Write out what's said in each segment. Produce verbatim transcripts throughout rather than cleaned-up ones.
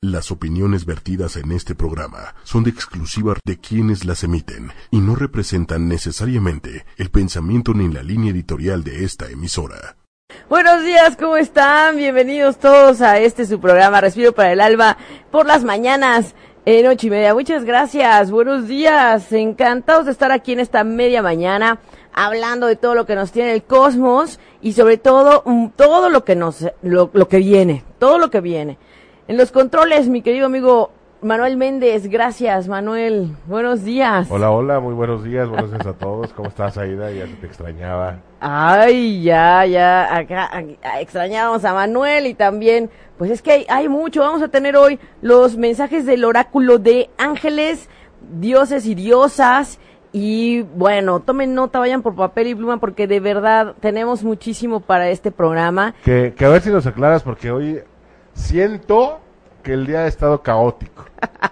Las opiniones vertidas en este programa son de exclusiva de quienes las emiten y no representan necesariamente el pensamiento ni la línea editorial de esta emisora. Buenos días, ¿cómo están? Bienvenidos todos a este su programa Respiro para el Alma por las mañanas en ocho y media. Muchas gracias, buenos días, encantados de estar aquí en esta media mañana hablando de todo lo que nos tiene el cosmos y sobre todo todo lo que nos lo, lo que viene, todo lo que viene. En los controles, mi querido amigo Manuel Méndez, gracias Manuel, buenos días. Hola, hola, muy buenos días, buenos días a todos, ¿cómo estás, Aida? Ya se te extrañaba. Ay, ya, ya, acá, acá extrañábamos a Manuel y también, pues es que hay, hay mucho, vamos a tener hoy los mensajes del oráculo de ángeles, dioses y diosas, y bueno, tomen nota, vayan por papel y pluma porque de verdad tenemos muchísimo para este programa. Que, que a ver si nos aclaras porque hoy siento que el día ha estado caótico.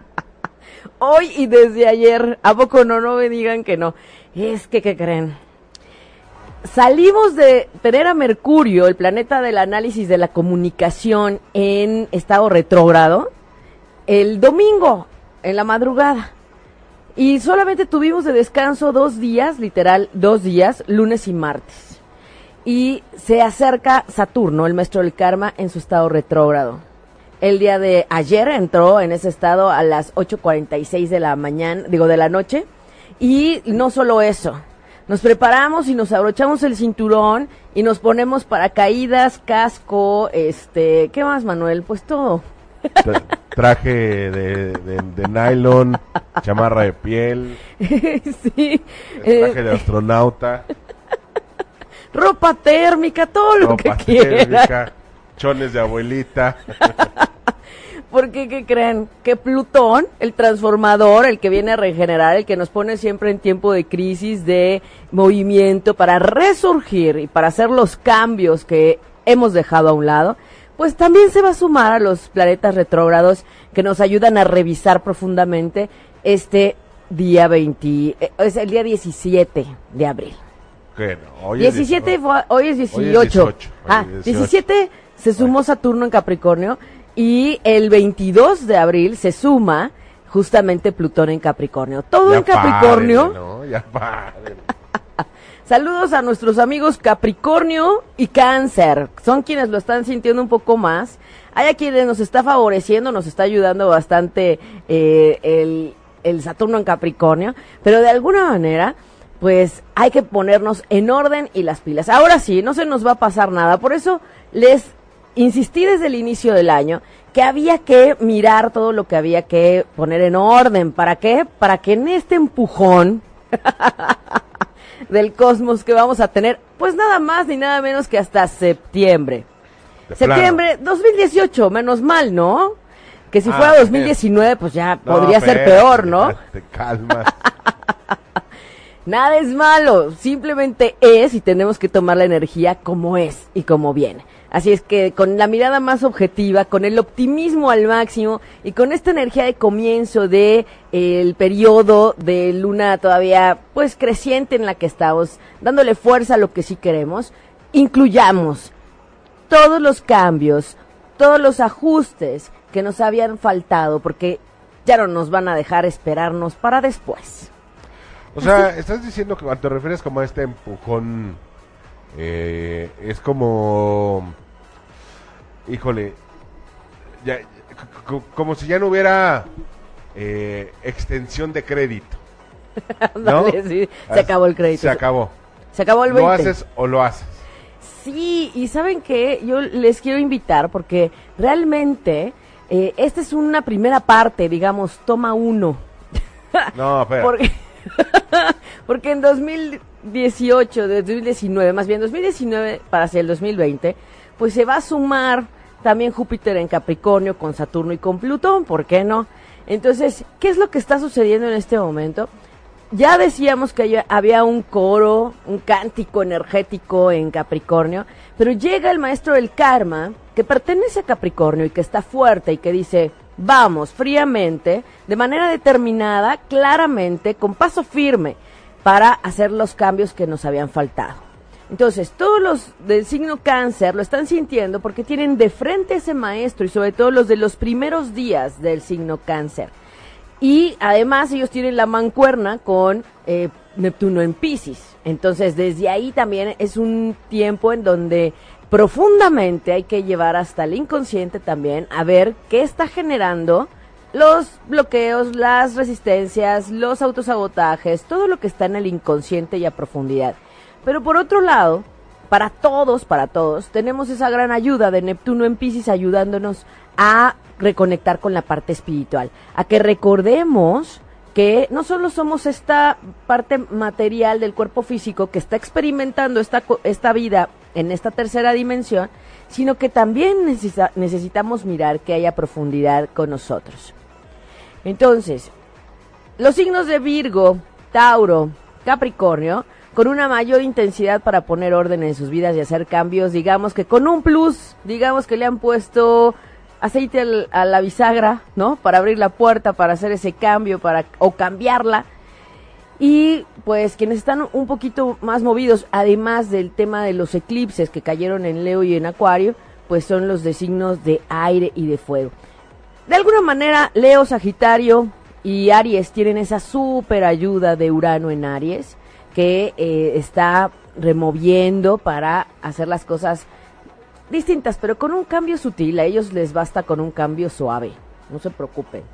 Hoy y desde ayer, ¿a poco no? No me digan que no. Es que, ¿qué creen? Salimos de tener a Mercurio, el planeta del análisis de la comunicación, en estado retrógrado, el domingo, en la madrugada. Y solamente tuvimos de descanso dos días, literal, dos días, lunes y martes. Y se acerca Saturno, el maestro del karma, en su estado retrógrado. El día de ayer entró en ese estado a las ocho cuarenta y seis de la mañana, digo, de la noche. Y no solo eso, nos preparamos y nos abrochamos el cinturón y nos ponemos paracaídas, casco, este, ¿qué más, Manuel? Pues todo. Traje de, de, de nylon, chamarra de piel, sí, traje eh, de astronauta, ropa térmica, todo lo ropa que quieran. térmica, chones de abuelita. Porque, ¿qué creen? Que Plutón, el transformador, el que viene a regenerar, el que nos pone siempre en tiempo de crisis, de movimiento, para resurgir y para hacer los cambios que hemos dejado a un lado, pues también se va a sumar a los planetas retrógrados que nos ayudan a revisar profundamente este día veinte, es el día diecisiete de abril. ¿Qué no? Hoy diecisiete, es fue, hoy es dieciocho. Hoy es dieciocho. Ah, Hoy es dieciocho. diecisiete se sumó Saturno en Capricornio y el veintidós de abril se suma justamente Plutón en Capricornio. Todo Ya en Capricornio. Párenle, ¿no? Ya párenle. Saludos a nuestros amigos Capricornio y Cáncer, son quienes lo están sintiendo un poco más. Hay a quienes nos está favoreciendo, nos está ayudando bastante eh, el, el Saturno en Capricornio, pero de alguna manera, pues hay que ponernos en orden y las pilas. Ahora sí, no se nos va a pasar nada, por eso les insistí desde el inicio del año que había que mirar todo lo que había que poner en orden. ¿Para qué? Para que en este empujón del cosmos que vamos a tener, pues nada más ni nada menos que hasta septiembre. De Septiembre dos mil dieciocho, menos mal, ¿no? Que si Ah, fuera dos mil diecinueve, pues ya No, podría ser espérate, peor, ¿no? Te calmas. Nada es malo, simplemente es y tenemos que tomar la energía como es y como viene. Así es que con la mirada más objetiva, con el optimismo al máximo y con esta energía de comienzo de eh, el periodo de luna todavía pues creciente en la que estamos, dándole fuerza a lo que sí queremos, incluyamos todos los cambios, todos los ajustes que nos habían faltado, porque ya no nos van a dejar esperarnos para después. O sea, estás diciendo que cuando te refieres como a este empujón, eh, es como, híjole, ya, c- c- como si ya no hubiera eh, extensión de crédito, ¿no? Dale, sí, se acabó el crédito. Se acabó. Se acabó el ¿Lo veinte. haces o lo haces? Sí, y ¿saben qué? Yo les quiero invitar porque realmente eh, esta es una primera parte, digamos, toma uno. No, espera. Porque, porque en dos mil dieciocho, de dos mil diecinueve, más bien dos mil diecinueve para hacia el dos mil veinte, pues se va a sumar también Júpiter en Capricornio con Saturno y con Plutón, ¿por qué no? Entonces, ¿qué es lo que está sucediendo en este momento? Ya decíamos que haya- había un coro, un cántico energético en Capricornio, pero llega el maestro del karma, que pertenece a Capricornio y que está fuerte y que dice, vamos, fríamente, de manera determinada, claramente, con paso firme, para hacer los cambios que nos habían faltado. Entonces, todos los del signo Cáncer lo están sintiendo porque tienen de frente ese maestro y sobre todo los de los primeros días del signo Cáncer. Y además ellos tienen la mancuerna con eh, Neptuno en Piscis. Entonces, desde ahí también es un tiempo en donde profundamente hay que llevar hasta el inconsciente también a ver qué está generando los bloqueos, las resistencias, los autosabotajes, todo lo que está en el inconsciente y a profundidad. Pero por otro lado, para todos, para todos, tenemos esa gran ayuda de Neptuno en Piscis ayudándonos a reconectar con la parte espiritual, a que recordemos que no solo somos esta parte material del cuerpo físico que está experimentando esta, esta vida en esta tercera dimensión, sino que también necesita, necesitamos mirar que haya profundidad con nosotros. Entonces, los signos de Virgo, Tauro, Capricornio, con una mayor intensidad para poner orden en sus vidas y hacer cambios, digamos que con un plus, digamos que le han puesto aceite al, a la bisagra, ¿no? Para abrir la puerta, para hacer ese cambio, para o cambiarla. Y pues quienes están un poquito más movidos, además del tema de los eclipses que cayeron en Leo y en Acuario, pues son los de signos de aire y de fuego. De alguna manera, Leo, Sagitario y Aries tienen esa súper ayuda de Urano en Aries, que eh, está removiendo para hacer las cosas distintas, pero con un cambio sutil. A ellos les basta con un cambio suave, no se preocupen.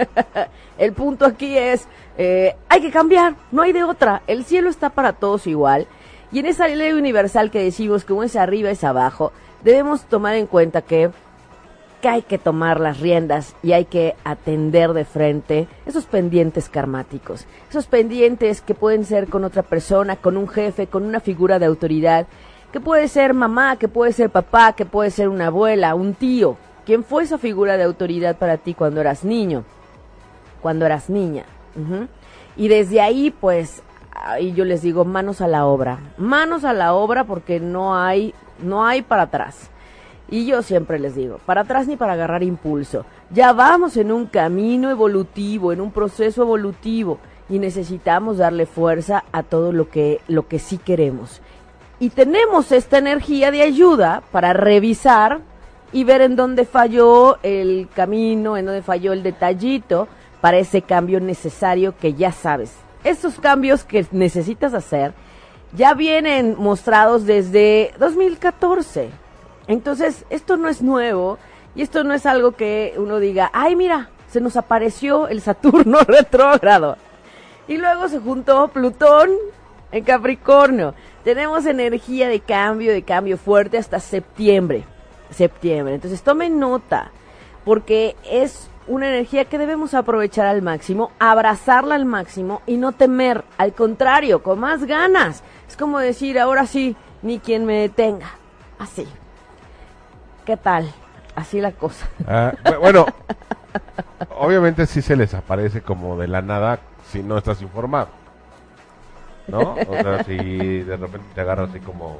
El punto aquí es, eh, hay que cambiar, no hay de otra, el cielo está para todos igual, y en esa ley universal que decimos que uno es arriba es abajo, debemos tomar en cuenta que que hay que tomar las riendas y hay que atender de frente esos pendientes karmáticos, esos pendientes que pueden ser con otra persona, con un jefe, con una figura de autoridad, que puede ser mamá, que puede ser papá, que puede ser una abuela, un tío. ¿Quién fue esa figura de autoridad para ti cuando eras niño? Cuando eras niña. Uh-huh. Y desde ahí, pues, ahí yo les digo, manos a la obra. Manos a la obra porque no hay, no hay para atrás. Y yo siempre les digo, para atrás ni para agarrar impulso. Ya vamos en un camino evolutivo, en un proceso evolutivo, y necesitamos darle fuerza a todo lo que, lo que sí queremos. Y tenemos esta energía de ayuda para revisar y ver en dónde falló el camino, en dónde falló el detallito para ese cambio necesario que ya sabes. Esos cambios que necesitas hacer ya vienen mostrados desde dos mil catorce. Entonces, esto no es nuevo y esto no es algo que uno diga, ay, mira, se nos apareció el Saturno retrógrado. Y luego se juntó Plutón en Capricornio. Tenemos energía de cambio, de cambio fuerte hasta septiembre. Septiembre. Entonces, tomen nota, porque es una energía que debemos aprovechar al máximo, abrazarla al máximo y no temer. Al contrario, con más ganas. Es como decir, ahora sí, ni quien me detenga. Así. ¿Qué tal? Así la cosa. Ah, bueno, obviamente sí se les aparece como de la nada si no estás informado, ¿no? O sea, si de repente te agarras así como,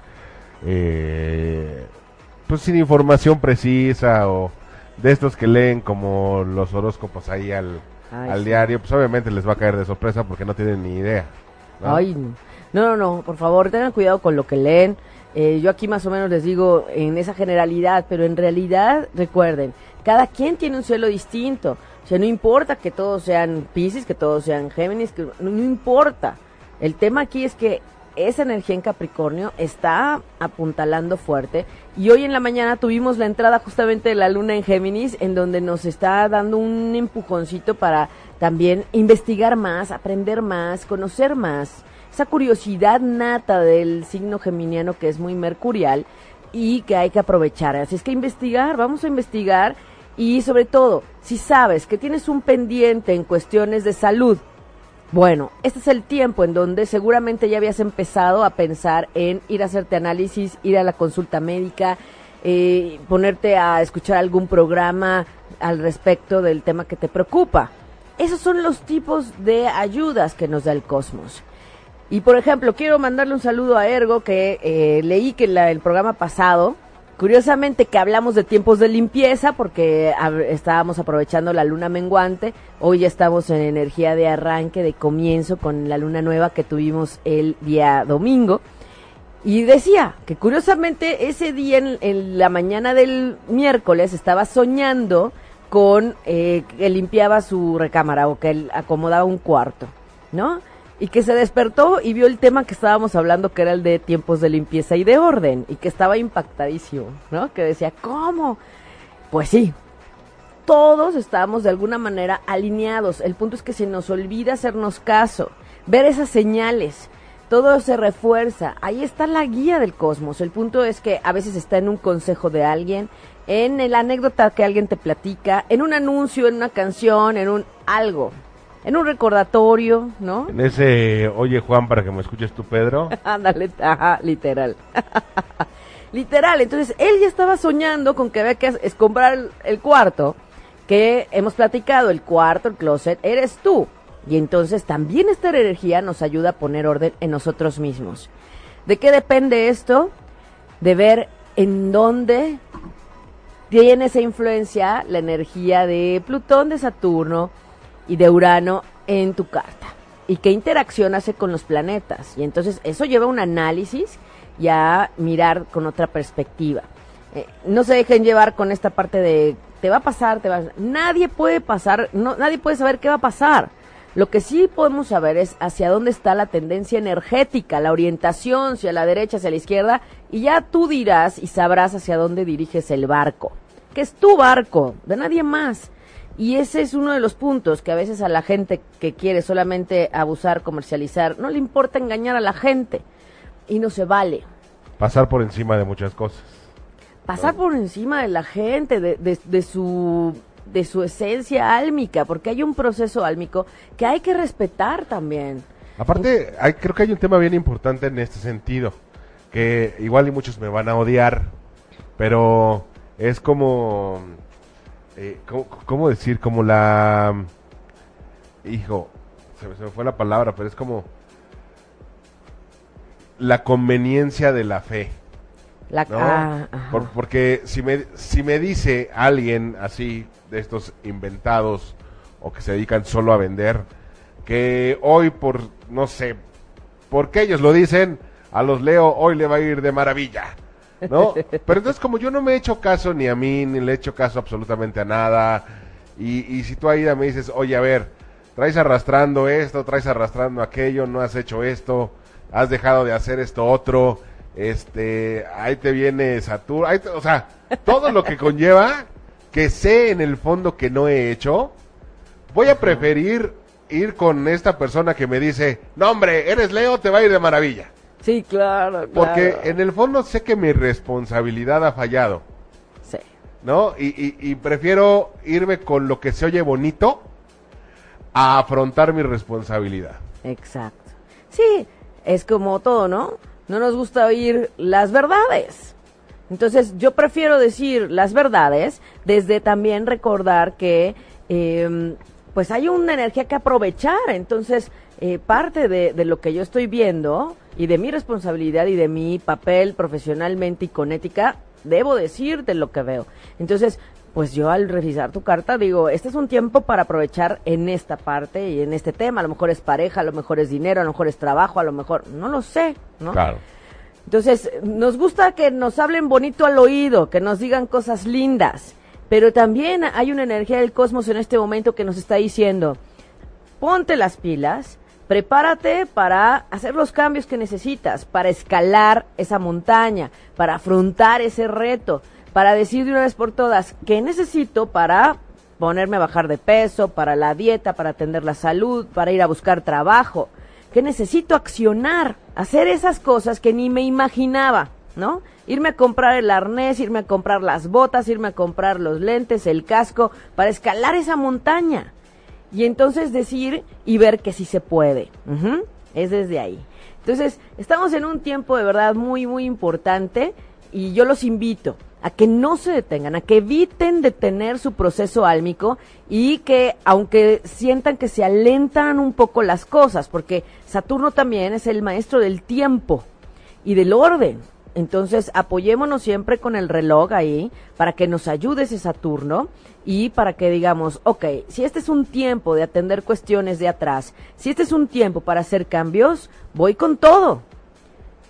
eh, pues sin información precisa o de estos que leen como los horóscopos ahí al, Ay, al sí. diario, pues obviamente les va a caer de sorpresa porque no tienen ni idea, ¿no? Ay, no, no, no, por favor, tengan cuidado con lo que leen. Eh, yo aquí más o menos les digo en esa generalidad, pero en realidad, recuerden, cada quien tiene un cielo distinto. O sea, no importa que todos sean Piscis, que todos sean Géminis, que no, no importa. El tema aquí es que esa energía en Capricornio está apuntalando fuerte. Y hoy en la mañana tuvimos la entrada justamente de la luna en Géminis, en donde nos está dando un empujoncito para también investigar más, aprender más, conocer más. Esa curiosidad nata del signo geminiano que es muy mercurial y que hay que aprovechar. Así es que investigar, vamos a investigar y sobre todo, si sabes que tienes un pendiente en cuestiones de salud, bueno, este es el tiempo en donde seguramente ya habías empezado a pensar en ir a hacerte análisis, ir a la consulta médica, eh, ponerte a escuchar algún programa al respecto del tema que te preocupa. Esos son los tipos de ayudas que nos da el cosmos. Y por ejemplo, quiero mandarle un saludo a Ergo, que eh, leí que en la, el programa pasado, curiosamente que hablamos de tiempos de limpieza, porque a, estábamos aprovechando la luna menguante, hoy ya estamos en energía de arranque, de comienzo con la luna nueva que tuvimos el día domingo, Y decía que curiosamente ese día, en, en la mañana del miércoles, estaba soñando con eh, que limpiaba su recámara o que él acomodaba un cuarto, ¿no? Y que se despertó y vio el tema que estábamos hablando, que era el de tiempos de limpieza y de orden, y que estaba impactadísimo, ¿no? Que decía, ¿cómo? Pues sí, todos estábamos de alguna manera alineados. El punto es que se nos olvida hacernos caso, ver esas señales. Todo se refuerza. Ahí está la guía del cosmos. El punto es que a veces está en un consejo de alguien, en la anécdota que alguien te platica, en un anuncio, en una canción, en un algo, en un recordatorio, ¿no? En ese, oye Juan, para que me escuches tú, Pedro. Ándale, ajá, literal. Literal. Entonces, él ya estaba soñando con que había que es comprar el, el cuarto, que hemos platicado, el cuarto, el closet, eres tú. Y entonces también esta energía nos ayuda a poner orden en nosotros mismos. ¿De qué depende esto? De ver en dónde tiene esa influencia la energía de Plutón, de Saturno y de Urano en tu carta. Y qué interacción hace con los planetas. Y entonces eso lleva a un análisis y a mirar con otra perspectiva. Eh, no se dejen llevar con esta parte de te va a pasar, te va a... Nadie puede pasar, no, nadie puede saber qué va a pasar. Lo que sí podemos saber es hacia dónde está la tendencia energética, la orientación, si a la derecha, hacia la izquierda, y ya tú dirás y sabrás hacia dónde diriges el barco, que es tu barco, de nadie más. Y ese es uno de los puntos que a veces a la gente que quiere solamente abusar, comercializar, no le importa engañar a la gente, y no se vale. Pasar por encima de muchas cosas. Pasar ¿no? por encima de la gente, de, de, de su... de su esencia álmica, porque hay un proceso álmico que hay que respetar también. Aparte, hay, creo que hay un tema bien importante en este sentido, que igual y muchos me van a odiar, pero es como, eh, ¿cómo, cómo decir? Como la, hijo, se me, se me fue la palabra, pero es como la conveniencia de la fe. La, ¿no? ah, Por, porque si me, si me dice alguien así, de estos inventados o que se dedican solo a vender, que hoy por, no sé, porque ellos lo dicen, a los Leo hoy le va a ir de maravilla, ¿no? Pero entonces como yo no me he hecho caso ni a mí, ni le he hecho caso absolutamente a nada, y, y si tú ahí me dices, oye, a ver, traes arrastrando esto, traes arrastrando aquello, no has hecho esto, has dejado de hacer esto otro, este, ahí te viene Saturno, ahí te, o sea, todo lo que conlleva, que sé en el fondo que no he hecho, voy a preferir ir con esta persona que me dice, no hombre, eres Leo, te va a ir de maravilla. Sí, claro, claro. Porque en el fondo sé que mi responsabilidad ha fallado. Sí. ¿No? Y, y, y prefiero irme con lo que se oye bonito a afrontar mi responsabilidad. Exacto. Sí, es como todo, ¿no? No nos gusta oír las verdades. Entonces, yo prefiero decir las verdades desde también recordar que, eh, pues hay una energía que aprovechar. Entonces, eh, parte de, de lo que yo estoy viendo y de mi responsabilidad y de mi papel profesionalmente y con ética, debo decirte lo que veo. Entonces, pues yo al revisar tu carta digo, este es un tiempo para aprovechar en esta parte y en este tema. A lo mejor es pareja, a lo mejor es dinero, a lo mejor es trabajo, a lo mejor, no lo sé, ¿no? Claro. Entonces, nos gusta que nos hablen bonito al oído, que nos digan cosas lindas, pero también hay una energía del cosmos en este momento que nos está diciendo, ponte las pilas, prepárate para hacer los cambios que necesitas, para escalar esa montaña, para afrontar ese reto, para decir de una vez por todas, ¿qué necesito para ponerme a bajar de peso, para la dieta, para atender la salud, para ir a buscar trabajo? Que necesito accionar, hacer esas cosas que ni me imaginaba, ¿no? Irme a comprar el arnés, irme a comprar las botas, irme a comprar los lentes, el casco, para escalar esa montaña. Y entonces decir y ver que sí se puede. Uh-huh. Es desde ahí. Entonces, estamos en un tiempo de verdad muy, muy importante y yo los invito a que no se detengan, a que eviten detener su proceso álmico y que, aunque sientan que se alentan un poco las cosas, porque Saturno también es el maestro del tiempo y del orden. Entonces, apoyémonos siempre con el reloj ahí para que nos ayude ese Saturno y para que digamos, ok, si este es un tiempo de atender cuestiones de atrás, si este es un tiempo para hacer cambios, voy con todo.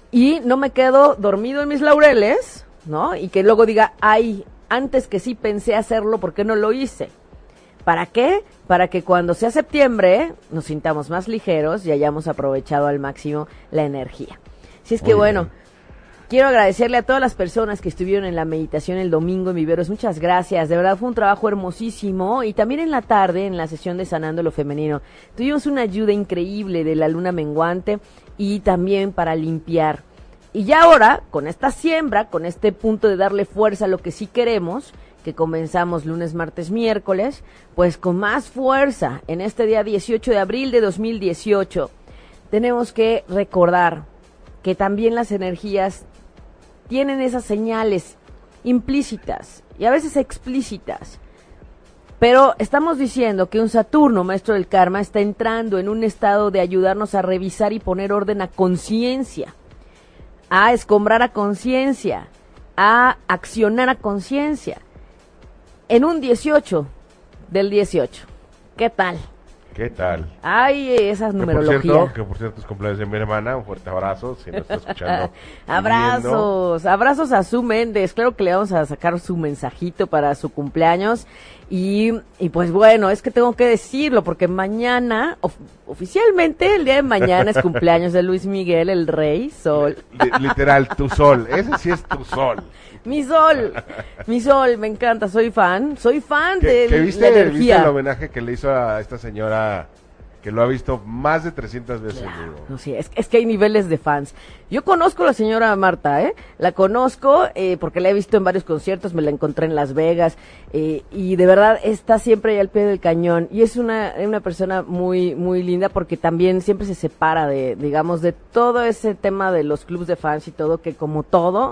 y no me quedo dormido en mis laureles, ¿no? Y que luego diga, ay, antes que sí pensé hacerlo, ¿por qué no lo hice? ¿Para qué? Para que cuando sea septiembre nos sintamos más ligeros y hayamos aprovechado al máximo la energía. Así es que Muy bueno, bien. quiero agradecerle a todas las personas que estuvieron en la meditación el domingo en Viveros. Muchas gracias, de verdad fue un trabajo hermosísimo. Y también en la tarde, en la sesión de Sanando lo Femenino, tuvimos una ayuda increíble de la luna menguante y también para limpiar. Y ya ahora, con esta siembra, con este punto de darle fuerza a lo que sí queremos, que comenzamos lunes, martes, miércoles, pues con más fuerza en este día dieciocho de abril de dos mil dieciocho, tenemos que recordar que también las energías tienen esas señales implícitas y a veces explícitas. Pero estamos diciendo que un Saturno, maestro del karma, está entrando en un estado de ayudarnos a revisar y poner orden a conciencia, a escombrar a conciencia, a accionar a conciencia. En un dieciocho del dieciocho. ¿Qué tal? ¿Qué tal? Ay, esa Que por numerología. cierto, que por cierto es cumpleaños de mi hermana, un fuerte abrazo, si nos está escuchando. Abrazos, abrazos a Su Méndez, claro que le vamos a sacar su mensajito para su cumpleaños. Y, y pues bueno, es que tengo que decirlo, porque mañana, of, oficialmente el día de mañana es cumpleaños de Luis Miguel, el rey, sol. Li- literal, tu sol, ese sí es tu sol. Mi sol, mi sol, me encanta, soy fan, soy fan ¿Qué, de qué la viste, viste energía. el homenaje que le hizo a esta señora que lo ha visto más de trescientas veces? Claro, Digo? no, sí, es, es que hay niveles de fans. Yo conozco a la señora Marta, ¿eh? La conozco eh, porque la he visto en varios conciertos, me la encontré en Las Vegas eh, y de verdad está siempre ahí al pie del cañón y es una, una persona muy muy linda porque también siempre se separa de, digamos, de todo ese tema de los clubs de fans y todo, que como todo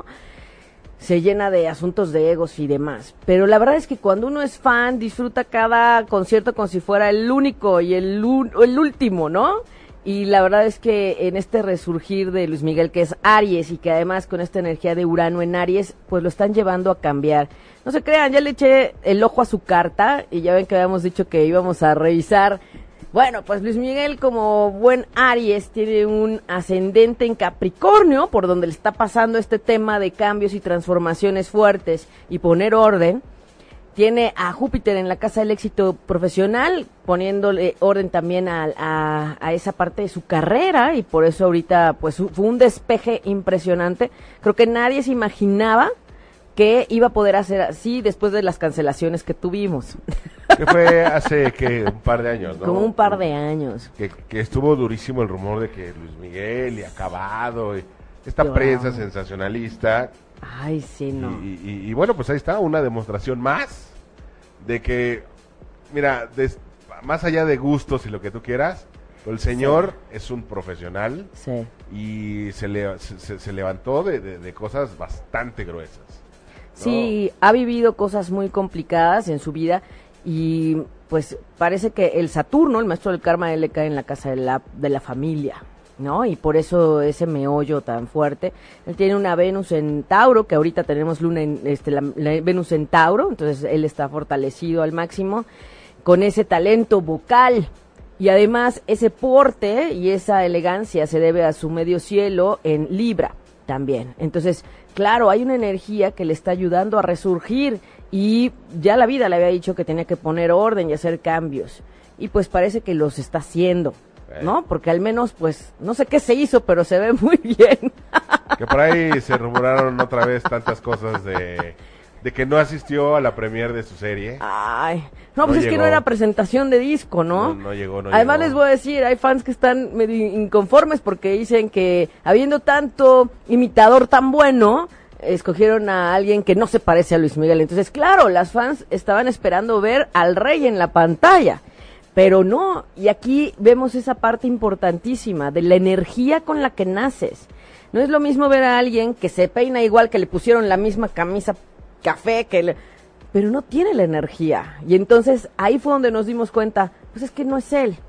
se llena de asuntos de egos y demás. Pero la verdad es que cuando uno es fan, disfruta cada concierto como si fuera el único y el, un, el último, ¿no? Y la verdad es que en este resurgir de Luis Miguel, que es Aries, y que además con esta energía de Urano en Aries, pues lo están llevando a cambiar. No se crean, ya le eché el ojo a su carta, y ya ven que habíamos dicho que íbamos a revisar. Bueno, pues Luis Miguel, como buen Aries, tiene un ascendente en Capricornio, por donde le está pasando este tema de cambios y transformaciones fuertes y poner orden. Tiene a Júpiter en la casa del éxito profesional, poniéndole orden también a, a, a esa parte de su carrera, y por eso ahorita pues fue un despeje impresionante. Creo que nadie se imaginaba que iba a poder hacer así después de las cancelaciones que tuvimos. Que fue hace que un par de años, ¿no? Como un par de años. Que, que estuvo durísimo el rumor de que Luis Miguel y acabado, y esta Yo prensa amo. sensacionalista. Ay, sí, no. Y, y- y bueno, pues ahí está, una demostración más de que, mira, des- más allá de gustos y lo que tú quieras, el señor es un profesional Sí. y se, le, se, se- se levantó de, de- de cosas bastante gruesas. ¿no? Sí, ha vivido cosas muy complicadas en su vida y pues parece que el Saturno, el maestro del karma, él le cae en la casa de la, de la familia, ¿no? Y por eso ese meollo tan fuerte. Él tiene una Venus en Tauro, que ahorita tenemos luna en, este, la, la Venus en Tauro, entonces él está fortalecido al máximo con ese talento vocal. Y además ese porte y esa elegancia se debe a su medio cielo en Libra también. Entonces, claro, hay una energía que le está ayudando a resurgir y ya la vida le había dicho que tenía que poner orden y hacer cambios. Y pues parece que los está haciendo, ¿no? Porque al menos, pues, no sé qué se hizo, pero se ve muy bien. Que por ahí se rumoraron otra vez tantas cosas de, de que no asistió a la premier de su serie. Ay, no, No pues es que llegó. no era presentación de disco, ¿no? No, no llegó, no Además llegó. les voy a decir, hay fans que están medio inconformes porque dicen que habiendo tanto imitador tan bueno, escogieron a alguien que no se parece a Luis Miguel. Entonces, claro, las fans estaban esperando ver al rey en la pantalla, pero no. Y aquí vemos esa parte importantísima de la energía con la que naces. No es lo mismo ver a alguien que se peina igual, que le pusieron la misma camisa café, que le... pero no tiene la energía. Y entonces ahí fue donde nos dimos cuenta, pues es que no es él.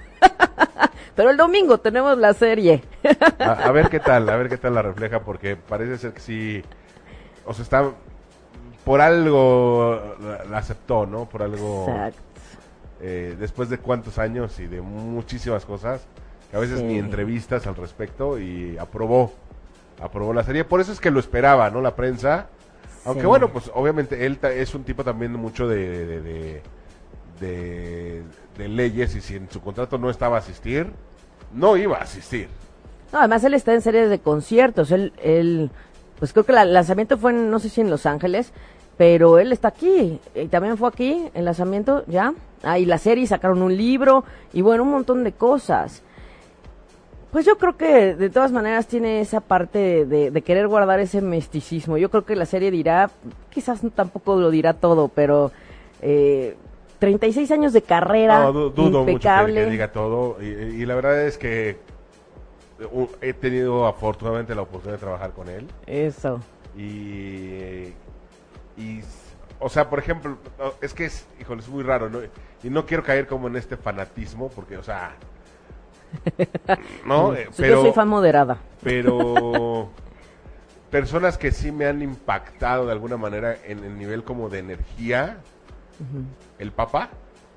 Pero el domingo tenemos la serie. A, a ver qué tal, a ver qué tal la refleja, porque parece ser que sí, o sea, está, por algo la, la aceptó, ¿no? Por algo, Exacto. eh, después de cuántos años y de muchísimas cosas, que a veces Sí. ni entrevistas al respecto, y aprobó, aprobó la serie. Por eso es que lo esperaba, ¿no? La prensa. Aunque Sí. bueno, pues obviamente él ta- es un tipo también mucho de de, de, de, de leyes, y si en su contrato no estaba a asistir, no iba a asistir. No, además él está en series de conciertos. Él, él pues creo que la- el lanzamiento fue en, no sé si en Los Ángeles, pero él está aquí. Y también fue aquí, el lanzamiento, ya. Ah, y la serie, sacaron un libro, y bueno, un montón de cosas. Pues yo creo que de todas maneras tiene esa parte de, de, de querer guardar ese misticismo. Yo creo que la serie dirá, quizás no, tampoco lo dirá todo, pero eh, treinta y seis años de carrera, No, du- dudo mucho que, impecable. que diga todo. Y, y la verdad es que uh, he tenido afortunadamente la oportunidad de trabajar con él. Eso. Y, y, o sea, por ejemplo, no, es que es, híjole, es muy raro, ¿no? Y no quiero caer como en este fanatismo, porque, o sea, no, Eh, Yo pero, soy fan moderada. pero personas que sí me han impactado de alguna manera en el nivel como de energía, el papá,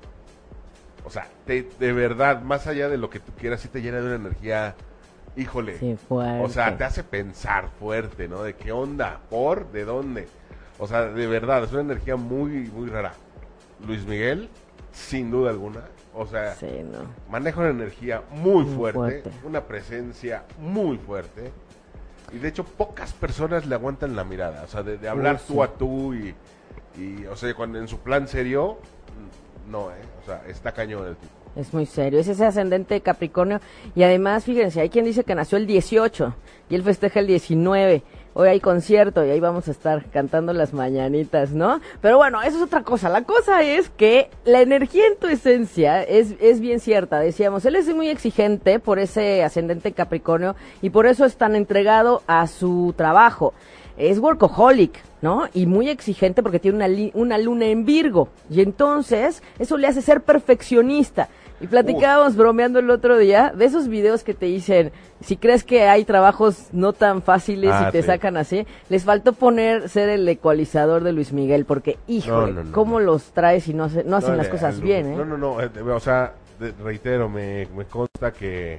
o sea, te- de verdad, más allá de lo que tú quieras, sí te llena de una energía, híjole, Sí, fuerte. o sea, te hace pensar fuerte, ¿no? De qué onda, por, de dónde, o sea, de verdad, es una energía muy, muy rara. Luis Miguel, sin duda alguna, o sea, Sí, no. maneja una energía muy Muy fuerte, fuerte. una presencia muy fuerte, y de hecho pocas personas le aguantan la mirada, o sea, de, de hablar Uy, sí. tú a tú y, y, o sea, cuando en su plan serio, no, eh, o sea, está cañón el tipo. Es muy serio, es ese ascendente de Capricornio. Y además, fíjense, hay quien dice que nació el dieciocho y él festeja el diecinueve. Hoy hay concierto y ahí vamos a estar cantando las mañanitas, ¿no? Pero bueno, eso es otra cosa. La cosa es que la energía en tu esencia es, es bien cierta. Decíamos, él es muy exigente por ese ascendente Capricornio y por eso es tan entregado a su trabajo. Es workaholic, ¿no? Y muy exigente porque tiene una, li- una luna en Virgo. Y entonces, eso le hace ser perfeccionista. Y platicábamos bromeando el otro día de esos videos que te dicen, si crees que hay trabajos no tan fáciles Ah, y te sí. sacan así, les faltó poner ser el ecualizador de Luis Miguel, porque, híjole, No, no, no, ¿cómo no. los traes y no, hace- no hacen No, las le- cosas al- bien, eh? No, no, no, eh, de- o sea, de- reitero, me, me consta que,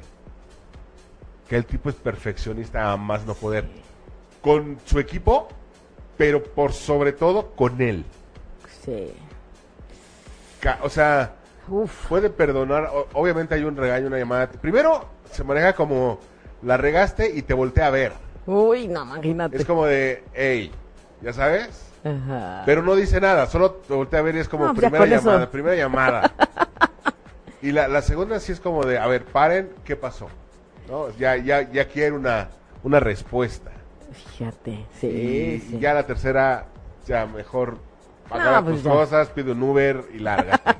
que el tipo es perfeccionista a más no poder. Con su equipo, pero por sobre todo con él. Sí. Ca- O sea, Uf. puede perdonar, o- obviamente hay un regaño, una llamada. Primero, se maneja como, la regaste y te voltea a ver. Uy, no, imagínate. Es como de, hey, ¿ya sabes? Ajá. Pero no dice nada, solo te voltea a ver y es como No, pues ya primera con eso. llamada, primera llamada. Y la, la segunda sí es como de, a ver, paren, ¿qué pasó? ¿No? Ya, ya, ya quiero una, una respuesta. Fíjate, sí, y, sí. y ya la tercera, ya mejor pagar No, pues tus ya. cosas, pide un Uber y lárgate.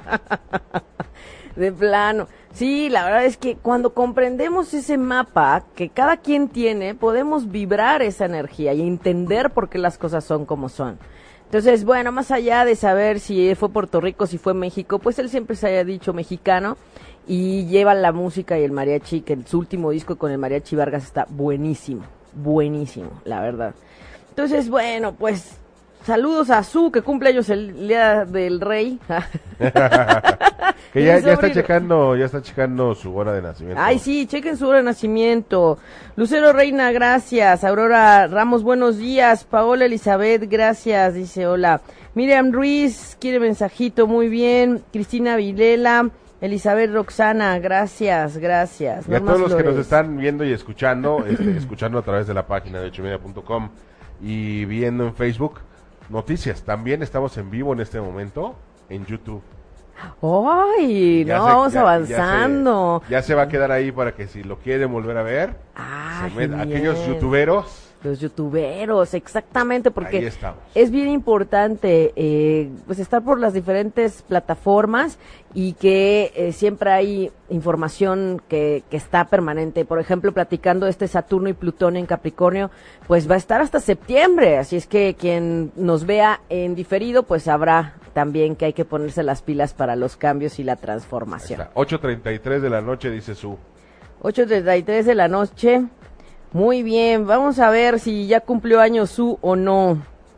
De plano. Sí, la verdad es que cuando comprendemos ese mapa que cada quien tiene, podemos vibrar esa energía y entender por qué las cosas son como son. Entonces, bueno, más allá de saber si fue Puerto Rico, si fue México, pues él siempre se haya dicho mexicano y lleva la música y el mariachi, que su último disco con el mariachi Vargas está buenísimo, buenísimo, la verdad. Entonces, bueno, pues saludos a Su, que cumple años el Día del Rey. Que Y ya, mi ya está sobrino. checando, ya está checando su hora de nacimiento. Ay, sí, chequen su hora de nacimiento. Lucero Reina, gracias. Aurora Ramos, buenos días. Paola Elizabeth, gracias. Dice hola. Miriam Ruiz, quiere mensajito, muy bien. Cristina Vilela, Elizabeth Roxana, gracias, gracias. Y a Norma todos los que nos Flores. están viendo y escuchando, este, escuchando a través de la página de ocho media punto com y viendo en Facebook, noticias. También estamos en vivo en este momento en YouTube. Ay, Ya no, se- vamos ya- avanzando. Ya se, ya se va a quedar ahí para que si lo quieren volver a ver, Ah, se met- genial. aquellos youtuberos, Los youtuberos, exactamente, porque ahí estamos. es bien importante eh, pues estar por las diferentes plataformas y que eh, siempre hay información que, que está permanente. Por ejemplo, platicando este Saturno y Plutón en Capricornio, pues va a estar hasta septiembre, así es que quien nos vea en diferido, pues sabrá también que hay que ponerse las pilas para los cambios y la Ahí transformación. está. ocho treinta y tres de la noche, dice su. ocho treinta y tres de la noche. Muy bien, vamos a ver si ya cumplió años Su o no.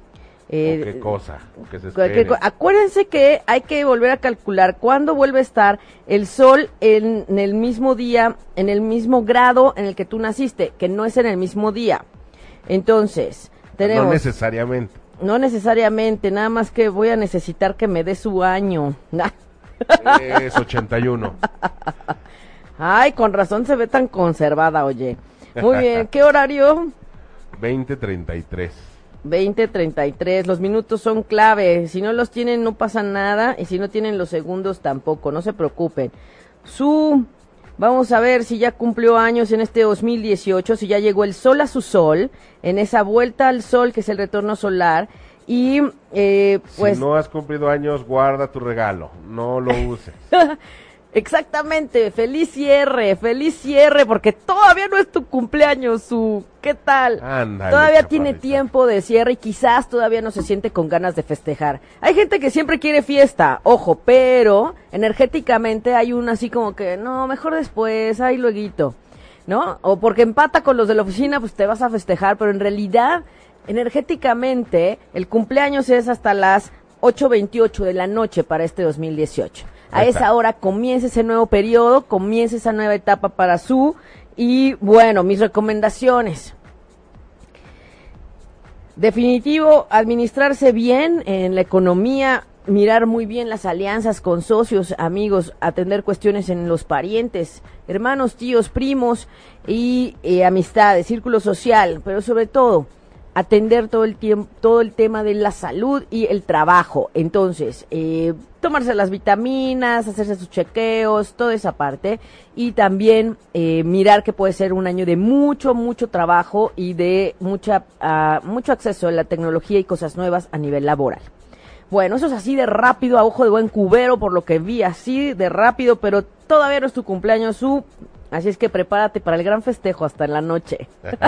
Eh, ¿Qué cosa? Que se que, acuérdense que hay que volver a calcular cuándo vuelve a estar el sol en, en el mismo día, en el mismo grado en el que tú naciste, que no es en el mismo día. Entonces, tenemos... No necesariamente. No necesariamente, nada más que voy a necesitar que me dé su año. Es ochenta y uno. Ay, con razón se ve tan conservada, oye. Muy bien, ¿qué horario? veinte treinta y tres. veinte treinta y tres, los minutos son clave, si no los tienen no pasa nada, y si no tienen los segundos tampoco, no se preocupen. Su, vamos a ver si ya cumplió años en este dos mil dieciocho, si ya llegó el sol a su sol, en esa vuelta al sol que es el retorno solar, y eh, pues... Si no has cumplido años, guarda tu regalo, no lo uses. Exactamente, feliz cierre, feliz cierre, porque todavía no es tu cumpleaños, su, ¿qué tal? Ándale, todavía chaparrita. tiene tiempo de cierre y quizás todavía no se siente con ganas de festejar. Hay gente que siempre quiere fiesta, ojo, pero energéticamente hay una así como que, no, mejor después, ahí lueguito, ¿no? O porque empata con los de la oficina, pues te vas a festejar, pero en realidad, energéticamente, el cumpleaños es hasta las ocho veintiocho de la noche para este dos mil dieciocho. A esa hora comienza ese nuevo periodo, comienza esa nueva etapa para su, y bueno, mis recomendaciones. Definitivo, administrarse bien en la economía, mirar muy bien las alianzas con socios, amigos, atender cuestiones en los parientes, hermanos, tíos, primos y eh, amistades, círculo social, pero sobre todo atender todo el tiempo, todo el tema de la salud y el trabajo. Entonces, eh, tomarse las vitaminas, hacerse sus chequeos, toda esa parte, y también eh, mirar que puede ser un año de mucho, mucho trabajo y de mucha, uh, mucho acceso a la tecnología y cosas nuevas a nivel laboral. Bueno, eso es así de rápido, a ojo de buen cubero, por lo que vi, así de rápido, pero todavía no es tu cumpleaños, su... Así es que prepárate para el gran festejo hasta en la noche.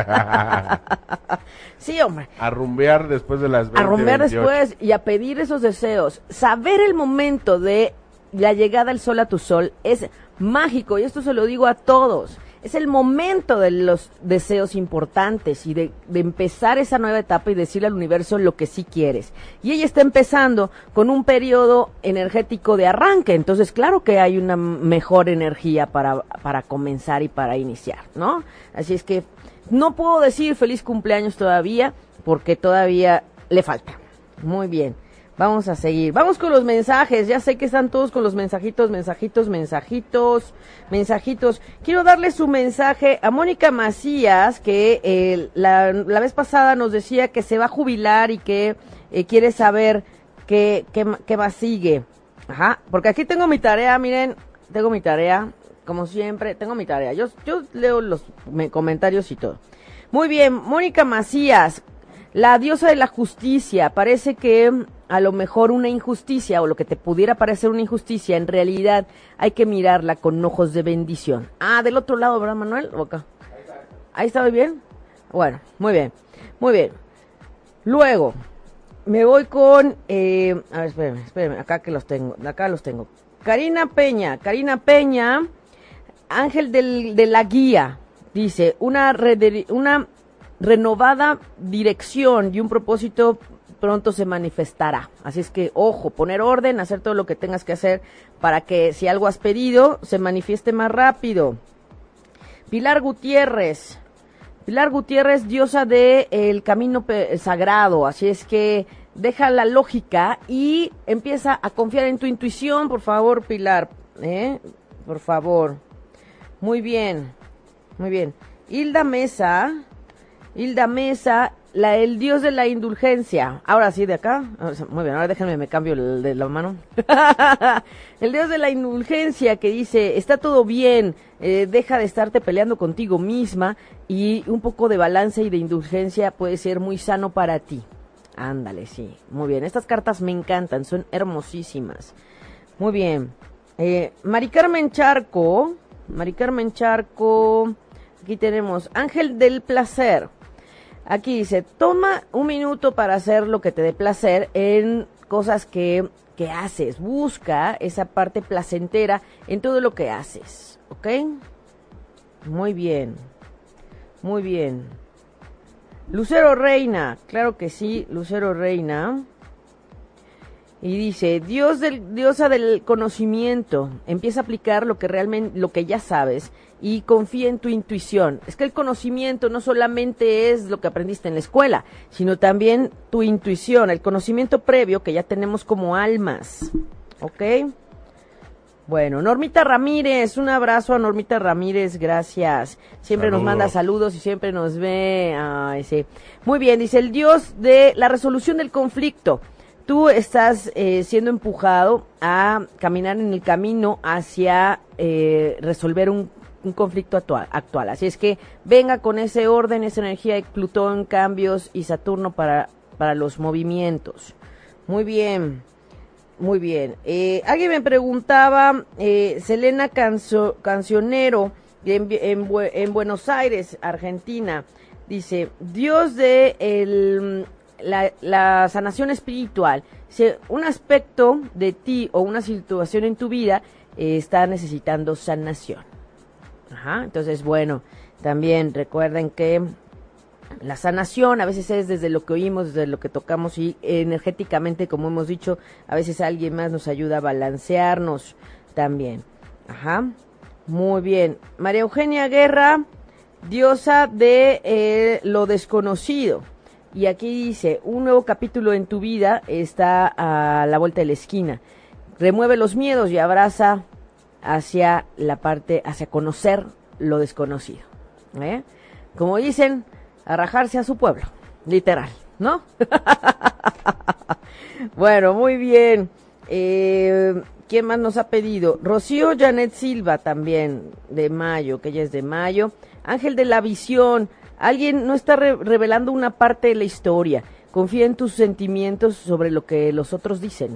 Sí, hombre. A rumbear después de las veinte, A rumbear veintiocho. después y a pedir esos deseos. Saber el momento de la llegada del sol a tu sol es mágico, y esto se lo digo a todos. Es el momento de los deseos importantes y de, de empezar esa nueva etapa y decirle al universo lo que sí quieres. Y ella está empezando con un periodo energético de arranque, entonces claro que hay una mejor energía para, para comenzar y para iniciar, ¿no? Así es que no puedo decir feliz cumpleaños todavía, porque todavía le falta. Muy bien. Vamos a seguir. Vamos con los mensajes. Ya sé que están todos con los mensajitos, mensajitos, mensajitos, mensajitos. Quiero darle su mensaje a Mónica Macías, que eh, la, la vez pasada nos decía que se va a jubilar y que eh, quiere saber qué, qué, qué más sigue. Ajá, porque aquí tengo mi tarea, miren, tengo mi tarea, como siempre, tengo mi tarea. Yo, yo leo los me, comentarios y todo. Muy bien, Mónica Macías, la diosa de la justicia. Parece que a lo mejor una injusticia, o lo que te pudiera parecer una injusticia, en realidad hay que mirarla con ojos de bendición. Ah, del otro lado, ¿verdad, Manuel? ¿O acá? Ahí está, ¿muy bien? Bueno, muy bien, muy bien. Luego, me voy con, eh, a ver, espérenme, espérenme, acá que los tengo, acá los tengo. Karina Peña, Karina Peña, Ángel del, de la Guía, dice, una, red, una renovada dirección y un propósito pronto se manifestará. Así es que, ojo, poner orden, hacer todo lo que tengas que hacer para que si algo has pedido, se manifieste más rápido. Pilar Gutiérrez, Pilar Gutiérrez, diosa de el camino sagrado, así es que deja la lógica y empieza a confiar en tu intuición, por favor, Pilar, ¿eh? Por favor. Muy bien, muy bien. Hilda Mesa, Hilda Mesa, la, el dios de la indulgencia. Ahora sí, de acá. Muy bien, ahora déjenme, me cambio el de la mano. El dios de la indulgencia que dice, está todo bien, eh, deja de estarte peleando contigo misma y un poco de balance y de indulgencia puede ser muy sano para ti. Ándale, sí. Muy bien, estas cartas me encantan, son hermosísimas. Muy bien. Eh, Mari Carmen Charco, Mari Carmen Charco, aquí tenemos Ángel del Placer. Aquí dice, toma un minuto para hacer lo que te dé placer en cosas que, que haces. Busca esa parte placentera en todo lo que haces, ¿ok? Muy bien, muy bien. Lucero Reina, claro que sí, Lucero Reina. Y dice, Dios del, diosa del conocimiento, empieza a aplicar lo que realmente, lo que ya sabes y confía en tu intuición. Es que el conocimiento no solamente es lo que aprendiste en la escuela, sino también tu intuición, el conocimiento previo que ya tenemos como almas. ¿Ok? Bueno, Normita Ramírez, un abrazo a Normita Ramírez, gracias. Siempre Saludos. Nos manda saludos y siempre nos ve. Ay, sí. Muy bien, dice el Dios de la resolución del conflicto. Tú estás eh, siendo empujado a caminar en el camino hacia eh, resolver un, un conflicto actual, actual. Así es que venga con ese orden, esa energía de Plutón, cambios y Saturno para, para los movimientos. Muy bien, muy bien. Eh, alguien me preguntaba, eh, Selena Cancio, Cancionero, en, en, en Buenos Aires, Argentina, dice, Dios de el... La, la sanación espiritual, si un aspecto de ti o una situación en tu vida eh, está necesitando sanación. Ajá, entonces, bueno, también recuerden que la sanación a veces es desde lo que oímos, desde lo que tocamos y energéticamente, como hemos dicho, a veces alguien más nos ayuda a balancearnos también. Ajá, muy bien. María Eugenia Guerra, diosa de eh, lo desconocido. Y aquí dice, un nuevo capítulo en tu vida está a la vuelta de la esquina. Remueve los miedos y abraza hacia la parte, hacia conocer lo desconocido. ¿Eh? Como dicen, a rajarse a su pueblo, literal, ¿no? Bueno, muy bien. Eh, ¿Quién más nos ha pedido? Rocío Janet Silva también, de mayo, que ella es de mayo. Ángel de la Visión. Alguien no está re- revelando una parte de la historia. Confía en tus sentimientos sobre lo que los otros dicen.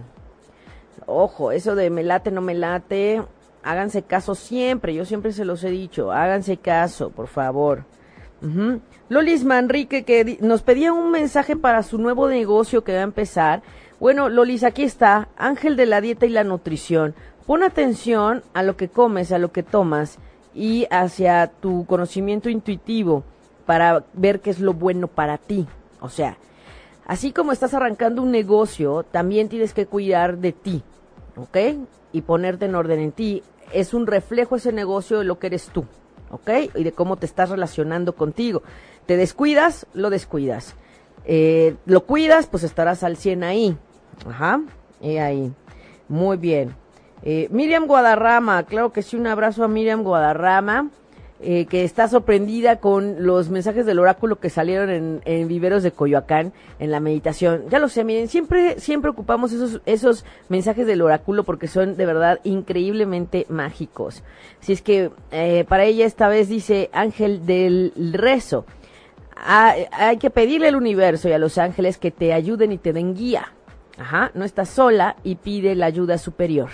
Ojo, eso de me late, no me late. Háganse caso siempre. Yo siempre se los he dicho. Háganse caso, por favor. Uh-huh. Lolis Manrique, que di- nos pedía un mensaje para su nuevo negocio que va a empezar. Bueno, Lolis, aquí está. Ángel de la dieta y la nutrición. Pon atención a lo que comes, a lo que tomas y hacia tu conocimiento intuitivo, para ver qué es lo bueno para ti. O sea, así como estás arrancando un negocio, también tienes que cuidar de ti, ¿ok? Y ponerte en orden en ti. Es un reflejo ese negocio de lo que eres tú, ¿ok? Y de cómo te estás relacionando contigo. Te descuidas, lo descuidas. Eh, lo cuidas, pues estarás al cien ahí. Ajá, y ahí. Muy bien. Eh, Miriam Guadarrama, claro que sí, un abrazo a Miriam Guadarrama. Eh, que está sorprendida con los mensajes del oráculo que salieron en, en Viveros de Coyoacán en la meditación. Ya lo sé, miren, siempre siempre ocupamos esos esos mensajes del oráculo porque son de verdad increíblemente mágicos. Así es que eh, para ella esta vez dice Ángel del Rezo. Ah, hay que pedirle al universo y a los ángeles que te ayuden y te den guía. Ajá, no estás sola y pide la ayuda superior.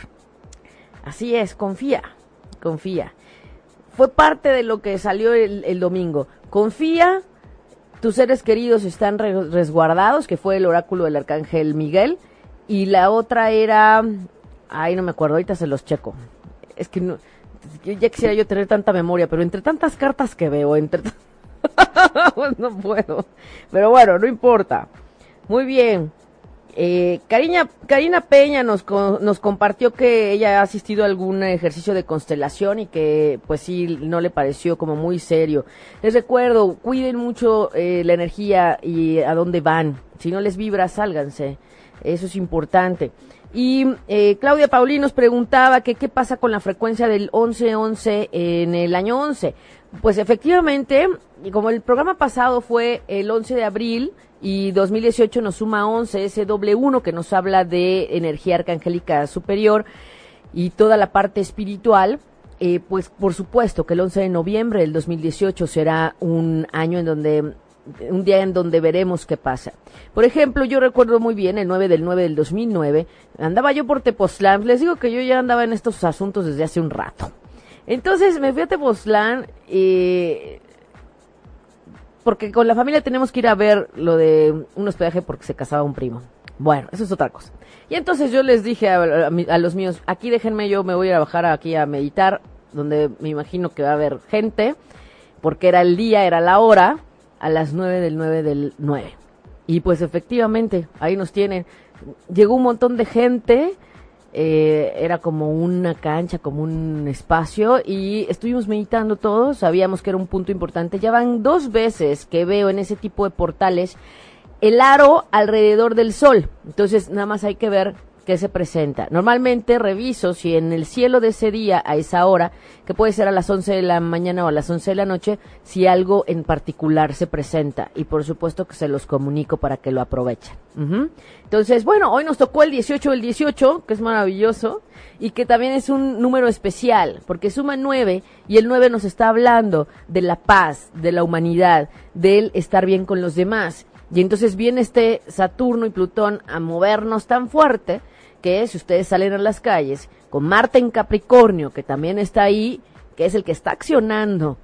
Así es, confía, confía. Fue parte de lo que salió el, el domingo. Confía, tus seres queridos están re- resguardados, que fue el oráculo del arcángel Miguel. Y la otra era, ay, no me acuerdo, ahorita se los checo. Es que no, ya quisiera yo tener tanta memoria, pero entre tantas cartas que veo, entre t- no puedo. Pero bueno, no importa. Muy bien. Eh, Karina, Karina Peña nos, nos compartió que ella ha asistido a algún ejercicio de constelación y que pues sí, no le pareció como muy serio. Les recuerdo, cuiden mucho eh, la energía y a dónde van. Si no les vibra, sálganse. Eso es importante. Y eh, Claudia Paulín nos preguntaba que qué pasa con la frecuencia del once once en el año once. Pues efectivamente, y como el programa pasado fue el once de abril y dos mil dieciocho nos suma once, ese doble uno que nos habla de energía arcangélica superior y toda la parte espiritual, eh, pues por supuesto que el once de noviembre del dos mil dieciocho será un año en donde, un día en donde veremos qué pasa. Por ejemplo, yo recuerdo muy bien el nueve del nueve del dos mil nueve, andaba yo por Tepoztlán, les digo que yo ya andaba en estos asuntos desde hace un rato. Entonces me fui a Tepoztlán, eh, porque con la familia tenemos que ir a ver lo de un hospedaje porque se casaba un primo. Bueno, eso es otra cosa. Y entonces yo les dije a, a, a los míos, aquí déjenme, yo me voy a ir a bajar aquí a meditar, donde me imagino que va a haber gente, porque era el día, era la hora. a las nueve del nueve del nueve. Y pues efectivamente, ahí nos tienen. Llegó un montón de gente, eh, era como una cancha, como un espacio, y estuvimos meditando todos, sabíamos que era un punto importante. Ya van dos veces que veo en ese tipo de portales el aro alrededor del sol, entonces nada más hay que ver qué se presenta. Normalmente reviso si en el cielo de ese día, a esa hora, que puede ser a las once de la mañana o a las once de la noche, si algo en particular se presenta, y por supuesto que se los comunico para que lo aprovechen. Uh-huh. Entonces, bueno, hoy nos tocó el dieciocho del dieciocho, que es maravilloso, y que también es un número especial, porque suma nueve, y el nueve nos está hablando de la paz, de la humanidad, del estar bien con los demás. Y entonces viene este Saturno y Plutón a movernos tan fuerte que si ustedes salen a las calles con Marte en Capricornio, que también está ahí, que es el que está accionando,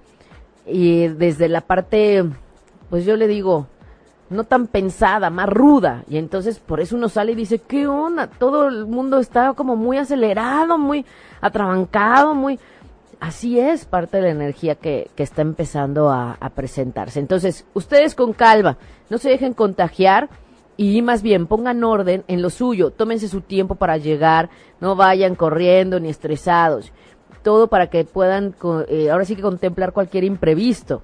y desde la parte, pues yo le digo, no tan pensada, más ruda, y entonces por eso uno sale y dice, ¿qué onda? Todo el mundo está como muy acelerado, muy atrabancado, muy... Así es parte de la energía que, que está empezando a, a presentarse. Entonces, ustedes con calma, no se dejen contagiar y más bien pongan orden en lo suyo. Tómense su tiempo para llegar, no vayan corriendo ni estresados. Todo para que puedan, eh, ahora sí que contemplar cualquier imprevisto.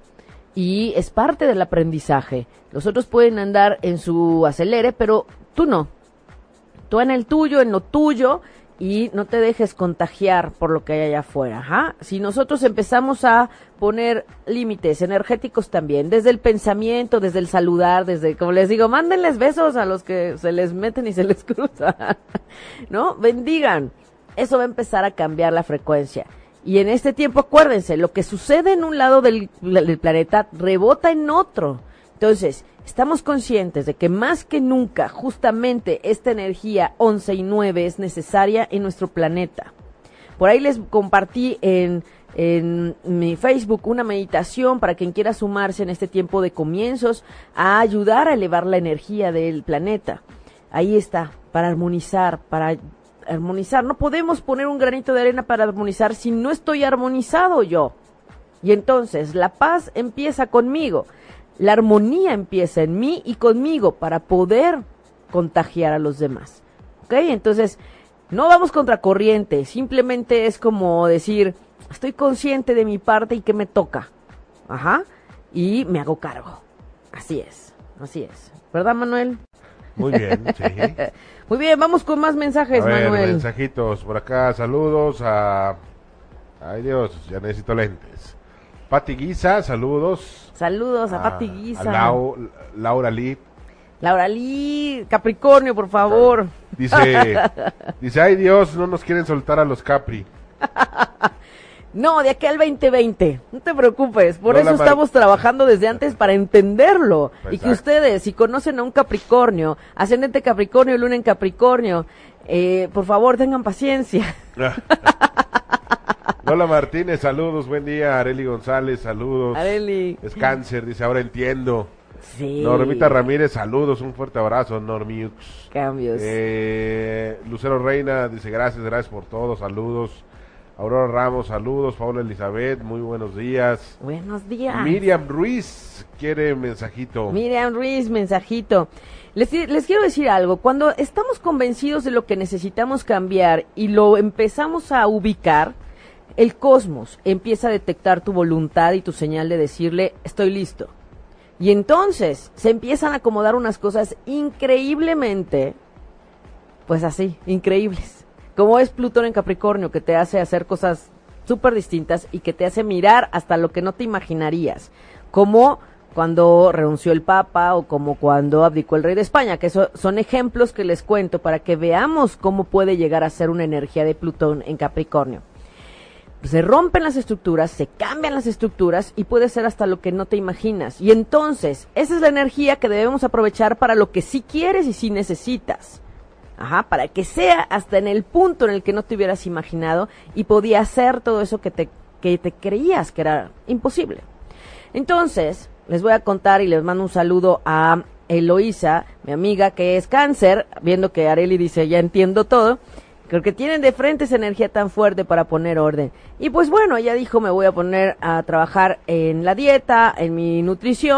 Y es parte del aprendizaje. Los otros pueden andar en su acelere, pero tú no. Tú en el tuyo, en lo tuyo, y no te dejes contagiar por lo que hay allá afuera. Ajá. Si nosotros empezamos a poner límites energéticos también, desde el pensamiento, desde el saludar, desde, como les digo, mándenles besos a los que se les meten y se les cruzan, ¿no? Bendigan. Eso va a empezar a cambiar la frecuencia. Y en este tiempo, acuérdense, lo que sucede en un lado del, del planeta rebota en otro. Entonces, estamos conscientes de que más que nunca, justamente esta energía once y nueve es necesaria en nuestro planeta. Por ahí les compartí en, en mi Facebook una meditación para quien quiera sumarse en este tiempo de comienzos a ayudar a elevar la energía del planeta. Ahí está, para armonizar, para armonizar. No podemos poner un granito de arena para armonizar si no estoy armonizado yo. Y entonces, la paz empieza conmigo. La armonía empieza en mí y conmigo para poder contagiar a los demás. ¿Ok? Entonces, no vamos contracorriente, simplemente es como decir, estoy consciente de mi parte y que me toca. Ajá. Y me hago cargo. Así es, así es. ¿Verdad, Manuel? Muy bien, sí. Muy bien, vamos con más mensajes, a ver, Manuel. mensajitos por acá, saludos a... Ay Dios, ya necesito lentes. Pati Guisa, saludos. Saludos a, a Pati Guisa. A Lau, Laura Lee. Laura Lee, Capricornio, por favor. Dice, dice, ay Dios, no nos quieren soltar a los Capri. No, de aquí al veinte veinte, no te preocupes, por No, eso la mar- estamos trabajando desde antes para entenderlo. Exacto. Y que ustedes, si conocen a un Capricornio, ascendente Capricornio, luna en Capricornio, eh, por favor tengan paciencia. Lola Martínez, saludos, buen día. Areli González, saludos. Areli. Es cáncer, dice, ahora entiendo. Sí. Normita Ramírez, saludos, un fuerte abrazo, Normiux. Cambios. Eh, Lucero Reina, dice, gracias, gracias por todo, saludos. Aurora Ramos, saludos. Paula Elizabeth, muy buenos días. Buenos días. Miriam Ruiz, quiere mensajito. Miriam Ruiz, mensajito. Les, les quiero decir algo, cuando estamos convencidos de lo que necesitamos cambiar y lo empezamos a ubicar, el cosmos empieza a detectar tu voluntad y tu señal de decirle, estoy listo. Y entonces se empiezan a acomodar unas cosas increíblemente, pues así, increíbles. Como es Plutón en Capricornio, que te hace hacer cosas súper distintas y que te hace mirar hasta lo que no te imaginarías. Como cuando renunció el Papa o como cuando abdicó el Rey de España, que eso son ejemplos que les cuento para que veamos cómo puede llegar a ser una energía de Plutón en Capricornio. Se rompen las estructuras, se cambian las estructuras y puede ser hasta lo que no te imaginas. Y entonces, esa es la energía que debemos aprovechar para lo que sí quieres y sí necesitas. Ajá, para que sea hasta en el punto en el que no te hubieras imaginado y podía hacer todo eso que te, que te creías que era imposible. Entonces, les voy a contar y les mando un saludo a Eloísa, mi amiga que es cáncer, viendo que Areli dice, ya entiendo todo. Creo que tienen de frente esa energía tan fuerte para poner orden. Y pues bueno, ella dijo, me voy a poner a trabajar en la dieta, en mi nutrición,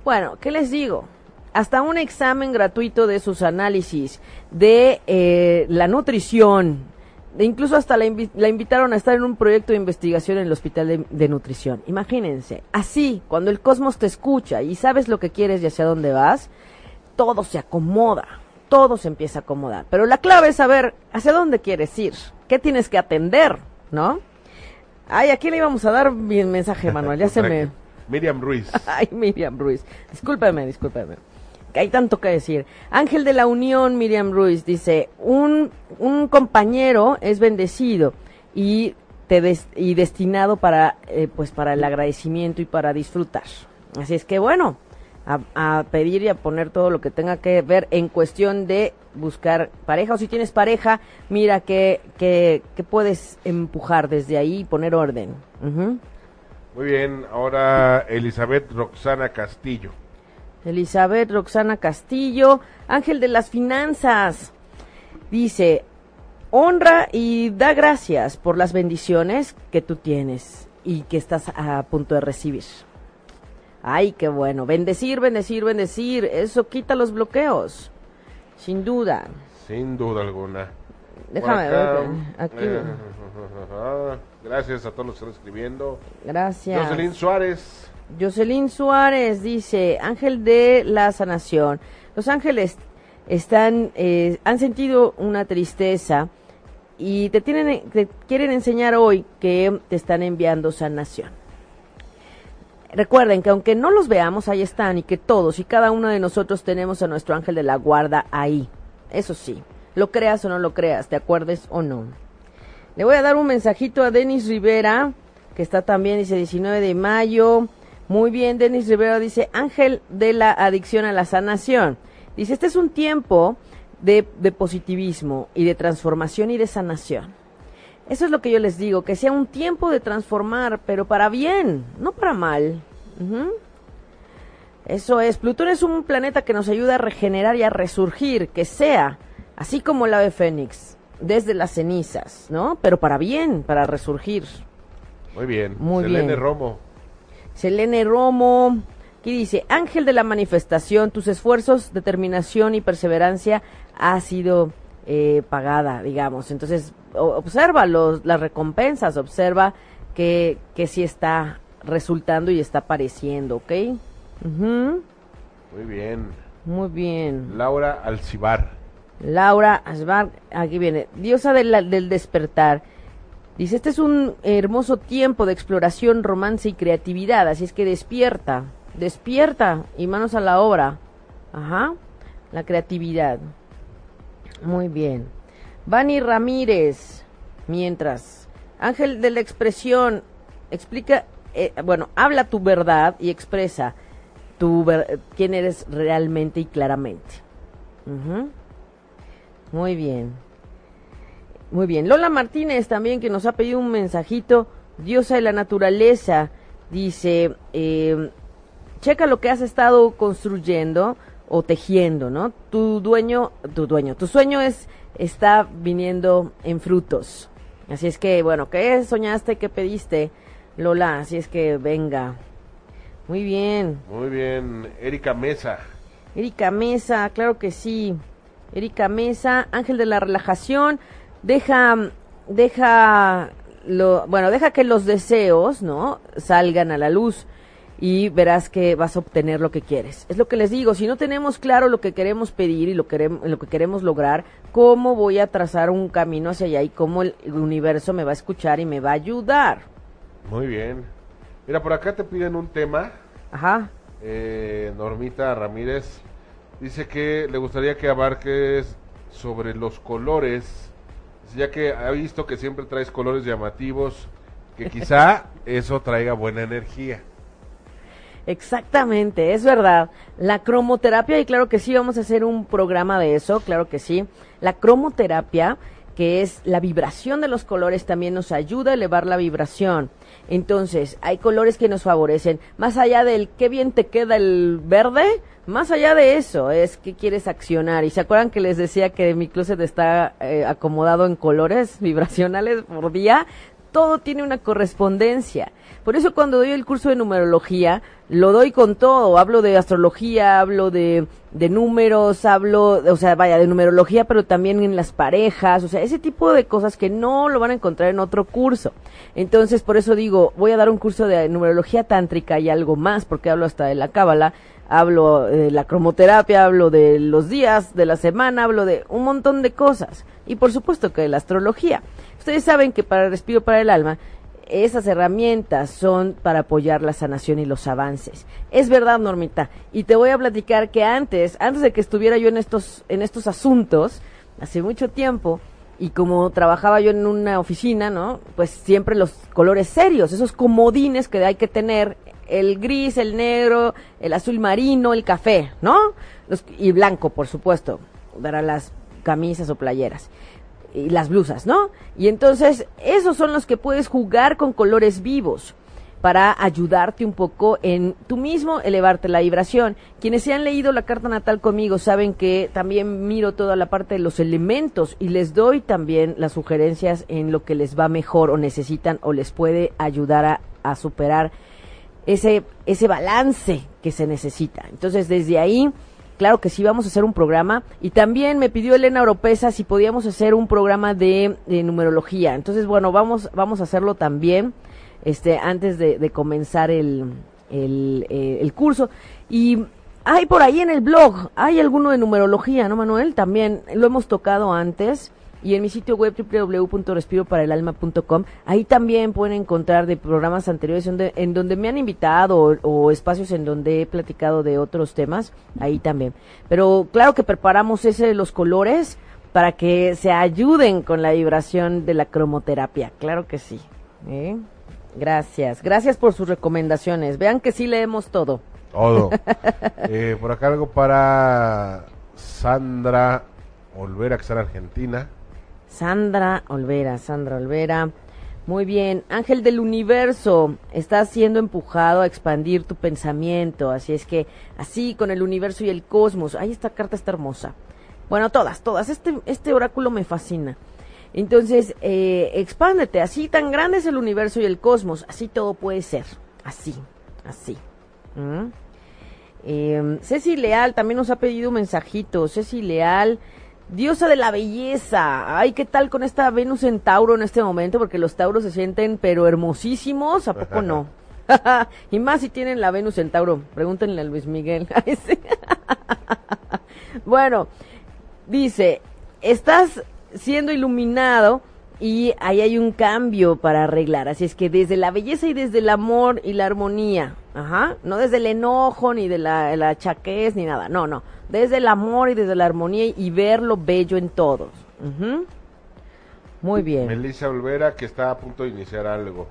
Bueno, ¿qué les digo? Hasta un examen gratuito de sus análisis, de eh, la nutrición, de incluso hasta la, invi- la invitaron a estar en un proyecto de investigación en el Hospital de, de Nutrición. Imagínense, así, cuando el cosmos te escucha y sabes lo que quieres y hacia dónde vas, todo se acomoda, todo se empieza a acomodar. Pero la clave es saber hacia dónde quieres ir, qué tienes que atender, ¿no? Ay, ¿a quién le íbamos a dar mi mensaje, Manuel? Ya se me... Miriam Ruiz. Ay, Miriam Ruiz. Discúlpeme, discúlpeme. Hay tanto que decir. Ángel de la Unión, Miriam Ruiz, dice, un, un compañero es bendecido y, te des, y destinado para, eh, pues para el agradecimiento y para disfrutar. Así es que bueno, a, a pedir y a poner todo lo que tenga que ver en cuestión de buscar pareja, o si tienes pareja, mira que, que, que puedes empujar desde ahí y poner orden. Uh-huh. Muy bien, ahora Elizabeth Roxana Castillo. Elizabeth Roxana Castillo, Ángel de las Finanzas, dice, honra y da gracias por las bendiciones que tú tienes y que estás a punto de recibir. Ay, qué bueno, bendecir, bendecir, bendecir, eso quita los bloqueos, sin duda. Sin duda alguna. Déjame acá, ver, aquí. Eh, gracias a todos los que están escribiendo. Gracias. Jocelyn Suárez. Jocelyn Suárez dice, Ángel de la Sanación, los ángeles están, eh, han sentido una tristeza y te tienen, te quieren enseñar hoy que te están enviando sanación. Recuerden que aunque no los veamos, ahí están, y que todos y cada uno de nosotros tenemos a nuestro ángel de la guarda ahí. Eso sí, lo creas o no lo creas, te acuerdes o no. Le voy a dar un mensajito a Denis Rivera, que está también, dice diecinueve de mayo. Muy bien, Denis Rivera dice, ángel de la adicción a la sanación. Dice, este es un tiempo de, de positivismo y de transformación y de sanación. Eso es lo que yo les digo, que sea un tiempo de transformar, pero para bien, no para mal. Uh-huh. Eso es, Plutón es un planeta que nos ayuda a regenerar y a resurgir, que sea, así como el ave fénix, desde las cenizas, ¿no? Pero para bien, para resurgir. Muy bien, Muy Selene bien. Romo. Selene Romo, aquí dice, ángel de la manifestación, tus esfuerzos, determinación y perseverancia ha sido eh, pagada, digamos. Entonces, observa los, las recompensas, observa que, que sí está resultando y está apareciendo, ¿ok? Uh-huh. Muy bien. Muy bien. Laura Alcibar. Laura Alcibar, aquí viene, diosa de la, del despertar. Dice, este es un hermoso tiempo de exploración, romance y creatividad, así es que despierta, despierta y manos a la obra. Ajá, la creatividad. Muy bien. Vani Ramírez, mientras, ángel de la expresión, explica, eh, bueno, habla tu verdad y expresa tu ver, quién eres realmente y claramente. Uh-huh. Muy bien. Muy bien. Lola Martínez también, que nos ha pedido un mensajito, diosa de la naturaleza, dice, eh, checa lo que has estado construyendo o tejiendo, ¿no? Tu dueño, tu dueño, tu sueño es, está viniendo en frutos. Así es que, bueno, ¿qué soñaste, qué pediste, Lola? Así es que, venga. Muy bien. Muy bien, Erika Mesa. Erika Mesa, claro que sí. Erika Mesa, ángel de la relajación, deja, deja, lo, bueno, deja que los deseos, ¿no?, salgan a la luz y verás que vas a obtener lo que quieres. Es lo que les digo, si no tenemos claro lo que queremos pedir y lo, queremos, lo que queremos lograr, ¿cómo voy a trazar un camino hacia allá y cómo el universo me va a escuchar y me va a ayudar? Muy bien. Mira, por acá te piden un tema. Ajá. Eh, Normita Ramírez dice que le gustaría que abarques sobre los colores, ya que ha visto que siempre traes colores llamativos, que quizá eso traiga buena energía. Exactamente, es verdad. La cromoterapia, y claro que sí, vamos a hacer un programa de eso, claro que sí. La cromoterapia, que es la vibración de los colores, también nos ayuda a elevar la vibración. Entonces, hay colores que nos favorecen. Más allá del qué bien te queda el verde, más allá de eso, es que quieres accionar. ¿Y se acuerdan que les decía que mi closet está eh, acomodado en colores vibracionales por día? Todo tiene una correspondencia. Por eso cuando doy el curso de numerología, lo doy con todo, hablo de astrología, hablo de, de números, hablo, o sea, vaya, de numerología, pero también en las parejas, o sea, ese tipo de cosas que no lo van a encontrar en otro curso. Entonces, por eso digo, voy a dar un curso de numerología tántrica y algo más, porque hablo hasta de la cábala, hablo de la cromoterapia, hablo de los días de la semana, hablo de un montón de cosas, y por supuesto que de la astrología. Ustedes saben que para Respiro para el Alma, esas herramientas son para apoyar la sanación y los avances. Es verdad, Normita, y te voy a platicar que antes, antes de que estuviera yo en estos, en estos asuntos, hace mucho tiempo, y como trabajaba yo en una oficina, ¿no? Pues siempre los colores serios, esos comodines que hay que tener, el gris, el negro, el azul marino, el café, ¿no? Los, y blanco, por supuesto, para las camisas o playeras. Y las blusas, ¿no? Y entonces, esos son los que puedes jugar con colores vivos para ayudarte un poco en tú mismo elevarte la vibración. Quienes se han leído la carta natal conmigo saben que también miro toda la parte de los elementos y les doy también las sugerencias en lo que les va mejor o necesitan o les puede ayudar a, a superar ese, ese balance que se necesita. Entonces, desde ahí, claro que sí, vamos a hacer un programa. Y también me pidió Elena Oropesa si podíamos hacer un programa de, de numerología. Entonces, bueno, vamos vamos a hacerlo también este antes de, de comenzar el, el, eh, el curso. Y hay por ahí en el blog, hay alguno de numerología, ¿no, Manuel? También lo hemos tocado antes. Y en mi sitio web doble u doble u doble u punto respiro para el alma punto com, ahí también pueden encontrar de programas anteriores donde, en donde me han invitado o, o espacios en donde he platicado de otros temas, ahí también. Pero claro que preparamos ese de los colores para que se ayuden con la vibración de la cromoterapia, claro que sí. ¿eh? Gracias, gracias por sus recomendaciones, vean que sí leemos todo. Todo. eh, por acá algo para Sandra Olvera, que está en Argentina. Sandra Olvera, Sandra Olvera. Muy bien. Ángel del Universo, estás siendo empujado a expandir tu pensamiento. Así es que, así con el universo y el cosmos. Ay, esta carta está hermosa. Bueno, todas, todas. Este, este oráculo me fascina. Entonces, eh, expándete. Así tan grande es el universo y el cosmos. Así todo puede ser. Así, así. ¿Mm? Eh, Ceci Leal también nos ha pedido un mensajito. Ceci Leal. Diosa de la belleza. Ay, ¿qué tal con esta Venus en Tauro en este momento? Porque los Tauros se sienten pero hermosísimos, ¿a poco no? Y más si tienen la Venus en Tauro. Pregúntenle a Luis Miguel. Ay, sí. Bueno, dice, estás siendo iluminado y ahí hay un cambio para arreglar. Así es que desde la belleza y desde el amor y la armonía. Ajá. No desde el enojo ni de la, la chaquez ni nada. No, no. Desde el amor y desde la armonía y ver lo bello en todos. Uh-huh. Muy bien. Melissa Olvera, que está a punto de iniciar algo.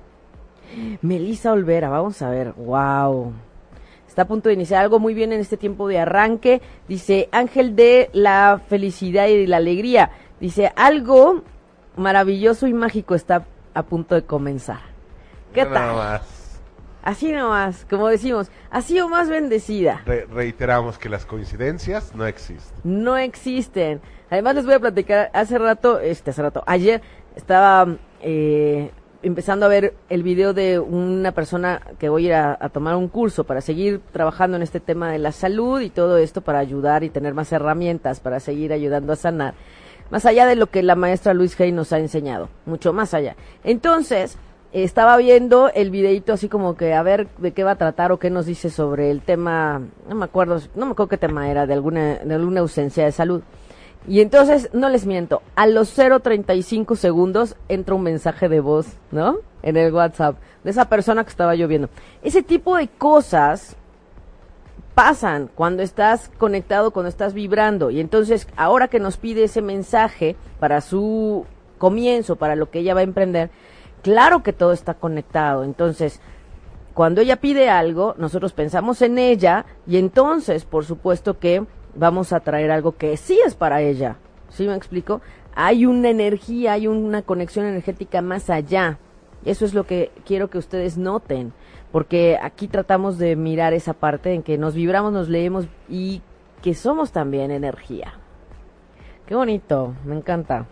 Melissa Olvera, vamos a ver. Wow. Está a punto de iniciar algo muy bien en este tiempo de arranque. Dice, Ángel de la felicidad y de la alegría. Dice, algo maravilloso y mágico está a punto de comenzar. ¿Qué No, tal? nada más. Así nomás, como decimos, así o más bendecida. Re- reiteramos que las coincidencias no existen. No existen. Además les voy a platicar, hace rato, este, hace rato, ayer estaba eh, empezando a ver el video de una persona que voy a ir a, a tomar un curso para seguir trabajando en este tema de la salud y todo esto para ayudar y tener más herramientas para seguir ayudando a sanar. Más allá de lo que la maestra Luis Hay nos ha enseñado, mucho más allá. Entonces, estaba viendo el videito así como que a ver de qué va a tratar o qué nos dice sobre el tema, no me acuerdo, no me acuerdo qué tema era, de alguna, de alguna ausencia de salud. Y entonces, no les miento, a los cero treinta y cinco segundos entra un mensaje de voz, ¿no? En el WhatsApp, de esa persona que estaba yo viendo. Ese tipo de cosas pasan cuando estás conectado, cuando estás vibrando. Y entonces, ahora que nos pide ese mensaje para su comienzo, para lo que ella va a emprender, claro que todo está conectado. Entonces, cuando ella pide algo, nosotros pensamos en ella y entonces, por supuesto que vamos a traer algo que sí es para ella. ¿Sí me explico? Hay una energía, hay una conexión energética más allá. Eso es lo que quiero que ustedes noten, porque aquí tratamos de mirar esa parte en que nos vibramos, nos leemos y que somos también energía. Qué bonito, me encanta.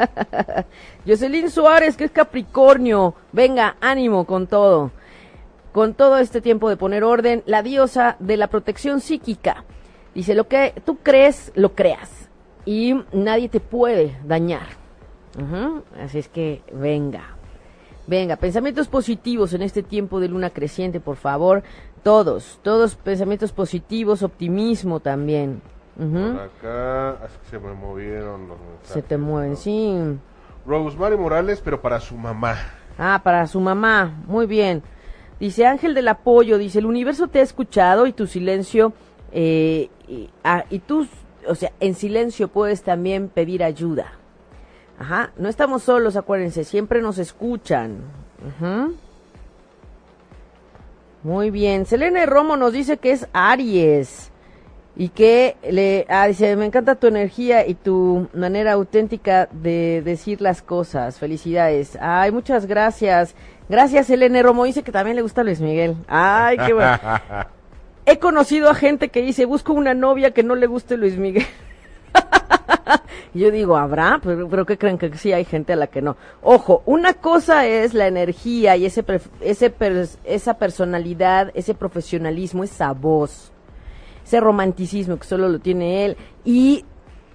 Jocelyn Suárez, que es Capricornio, venga, ánimo con todo. con todo este tiempo de poner orden, la diosa de la protección psíquica. Dice, lo que tú crees, lo creas. Y nadie te puede dañar. Uh-huh. Así es que venga. Venga, pensamientos positivos en este tiempo de luna creciente, por favor. Todos, todos pensamientos positivos, optimismo también. Uh-huh. Por acá, es que se me movieron los mensajes. Se te mueven, ¿no? sí. Rosemary Morales, pero para su mamá. Ah, para su mamá, muy bien. Dice Ángel del Apoyo, dice, el universo te ha escuchado y tu silencio, eh, y, ah, y tú, o sea, en silencio puedes también pedir ayuda. Ajá, no estamos solos, acuérdense, siempre nos escuchan. Uh-huh. Muy bien, Selene Romo nos dice que es Aries y que le, ah, dice, me encanta tu energía y tu manera auténtica de decir las cosas, felicidades. Ay, muchas gracias, gracias Selene Romo, dice que también le gusta Luis Miguel. Ay, qué bueno. He conocido a gente que dice, busco una novia que no le guste Luis Miguel. Y yo digo, ¿habrá? Pero, pero ¿qué creen? Que sí hay gente a la que no. Ojo, una cosa es la energía y ese, ese esa personalidad, ese profesionalismo, esa voz, ese romanticismo que solo lo tiene él. Y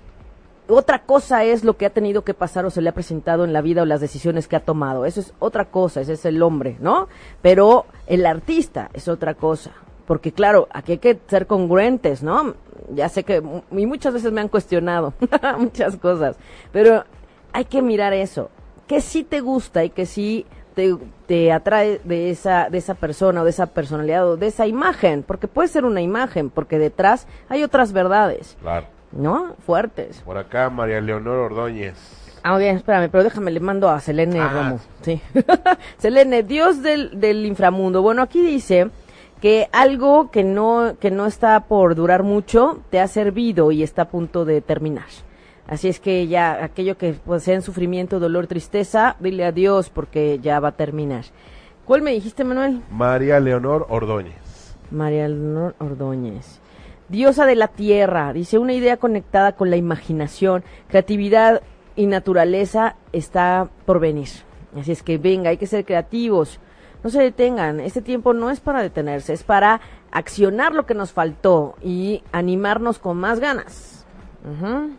otra cosa es lo que ha tenido que pasar o se le ha presentado en la vida o las decisiones que ha tomado. Eso es otra cosa, ese es el hombre, ¿no? Pero el artista es otra cosa. Porque claro, aquí hay que ser congruentes, ¿no? Ya sé que, y muchas veces me han cuestionado muchas cosas, pero hay que mirar eso, que sí te gusta y que sí te, te atrae de esa, de esa persona o de esa personalidad o de esa imagen, porque puede ser una imagen, porque detrás hay otras verdades, Claro. ¿no? Fuertes. Por acá, María Leonor Ordóñez. Ah, bien, espérame, pero déjame, le mando a Selene Ah. Romo. Sí. Selene, Dios del, del inframundo. Bueno, aquí dice que algo que no que no está por durar mucho te ha servido y está a punto de terminar. Así es que ya aquello que pues, sea en sufrimiento, dolor, tristeza, dile adiós porque ya va a terminar. ¿Cuál me dijiste, Manuel? María Leonor Ordóñez. María Leonor Ordóñez. Diosa de la tierra, dice, una idea conectada con la imaginación, creatividad y naturaleza está por venir. Así es que venga, hay que ser creativos. No se detengan, este tiempo no es para detenerse, es para accionar lo que nos faltó y animarnos con más ganas. Uh-huh.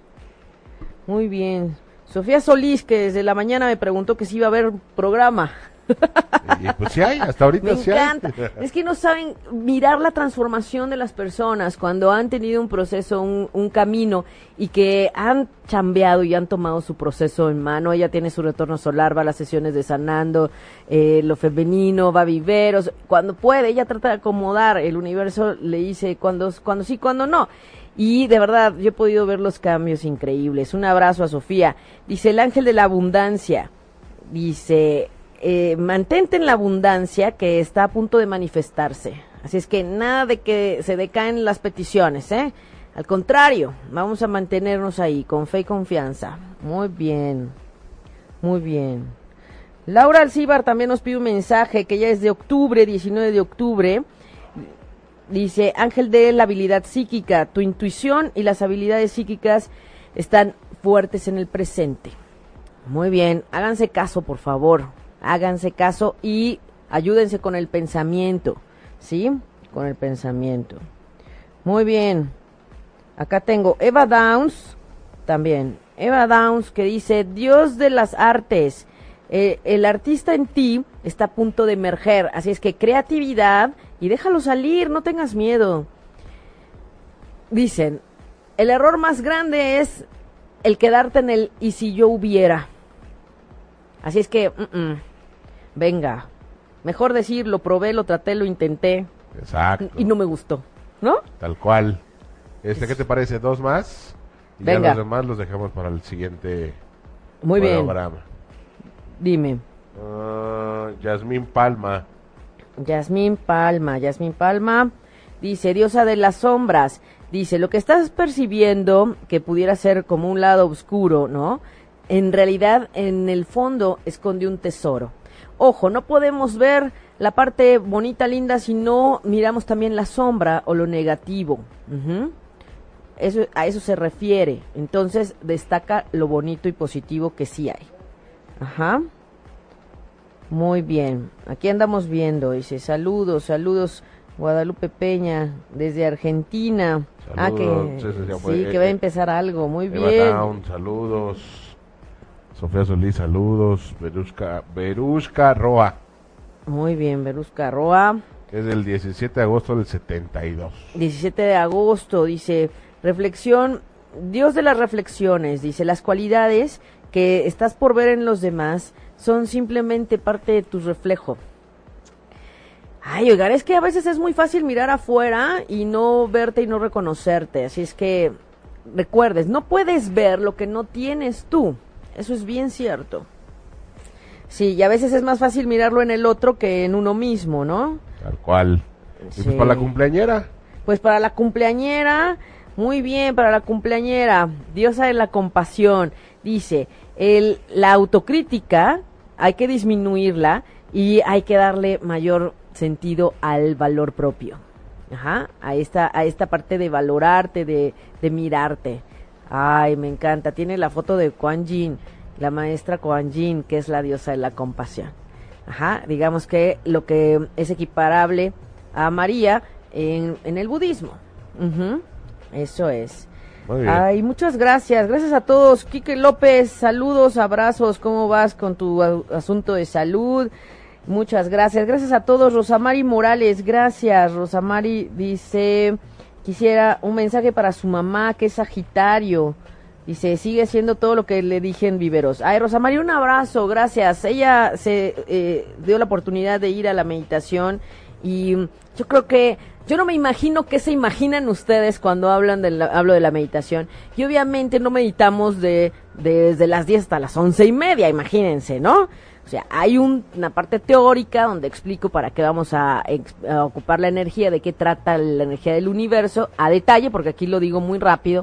Muy bien. Sofía Solís, que desde la mañana me preguntó que si iba a haber programa. Y pues sí hay, hasta ahorita Me sí encanta. hay. Es que no saben mirar la transformación de las personas cuando han tenido un proceso, un, un camino y que han chambeado y han tomado su proceso en mano. Ella tiene su retorno solar, va a las sesiones de sanando, eh, lo femenino, va a viveros. Cuando puede, ella trata de acomodar. El universo le dice cuando, cuando sí, cuando no. Y de verdad, yo he podido ver los cambios increíbles. Un abrazo a Sofía. Dice el ángel de la abundancia. Dice... Eh, mantente en la abundancia que está a punto de manifestarse. Así es que nada de que se decaen las peticiones, ¿eh? Al contrario, vamos a mantenernos ahí con fe y confianza. Muy bien, muy bien. Laura Alcíbar también nos pide un mensaje que ya es de octubre, diecinueve de octubre. Dice, ángel de la habilidad psíquica, tu intuición y las habilidades psíquicas están fuertes en el presente. Muy bien, háganse caso, por favor. Háganse caso y ayúdense con el pensamiento, ¿sí? Con el pensamiento. Muy bien. Acá tengo Eva Downs, también. Eva Downs que dice, Dios de las artes, eh, el artista en ti está a punto de emerger, así es que creatividad y déjalo salir, no tengas miedo. Dicen, el error más grande es el quedarte en el y si yo hubiera. Así es que, uh-uh. venga, mejor decir, lo probé, lo traté, lo intenté. Exacto. Y no me gustó, ¿no? Tal cual. Este, ¿qué te parece? ¿Dos más? Y Venga. ya los demás los dejamos para el siguiente Muy bien, programa. dime. Uh, Yasmín Palma. Yasmín Palma, Yasmín Palma, dice, diosa de las sombras, dice, lo que estás percibiendo, que pudiera ser como un lado oscuro, ¿no? En realidad, en el fondo, esconde un tesoro. Ojo, no podemos ver la parte bonita, linda, si no miramos también la sombra o lo negativo. Uh-huh. Eso, a eso se refiere. Entonces, destaca lo bonito y positivo que sí hay. Ajá. Muy bien, aquí andamos viendo, dice, saludos, saludos, Guadalupe Peña, desde Argentina. Saludos, ah, que sí, sí, sí, sí, fue, que eh, va a eh, empezar algo, muy Eva bien. Down, saludos. Sofía Solís, saludos. Verushka, Verushka Roa, Muy bien, Berusca Roa. que es del diecisiete de agosto del setenta y dos. diecisiete de agosto, dice, reflexión, Dios de las reflexiones, dice, las cualidades que estás por ver en los demás son simplemente parte de tu reflejo. Ay, oigan, es que a veces es muy fácil mirar afuera y no verte y no reconocerte, así es que recuerdes, no puedes ver lo que no tienes tú, eso es bien cierto. Sí, y a veces es más fácil mirarlo en el otro que en uno mismo, ¿no? Tal cual. Y Sí. pues para la cumpleañera. Pues para la cumpleañera, muy bien, para la cumpleañera, diosa de la compasión, dice, el, la autocrítica hay que disminuirla y hay que darle mayor sentido al valor propio. Ajá, a esta, a esta parte de valorarte, de, de mirarte. Ay, me encanta, tiene la foto de Kuan Yin, la maestra Kuan Yin, que es la diosa de la compasión. Ajá, digamos que lo que es equiparable a María en, en el budismo. Uh-huh. Eso es. Muy bien. Ay, muchas gracias, gracias a todos. Quique López, saludos, abrazos, ¿cómo vas con tu a- asunto de salud? Muchas gracias, gracias a todos. Rosamari Morales, gracias. Rosamari dice, quisiera un mensaje para su mamá, que es Sagitario. Dice, sigue haciendo todo lo que le dije en Viveros. Ay, Rosamari, un abrazo, gracias. Ella se eh, dio la oportunidad de ir a la meditación y yo creo que, yo no me imagino qué se imaginan ustedes cuando hablan de la, hablo de la meditación. Y obviamente no meditamos de, de desde las diez hasta las once y media, imagínense, ¿no? O sea, hay un, una parte teórica donde explico para qué vamos a, ex, a ocupar la energía, de qué trata la energía del universo, a detalle, porque aquí lo digo muy rápido.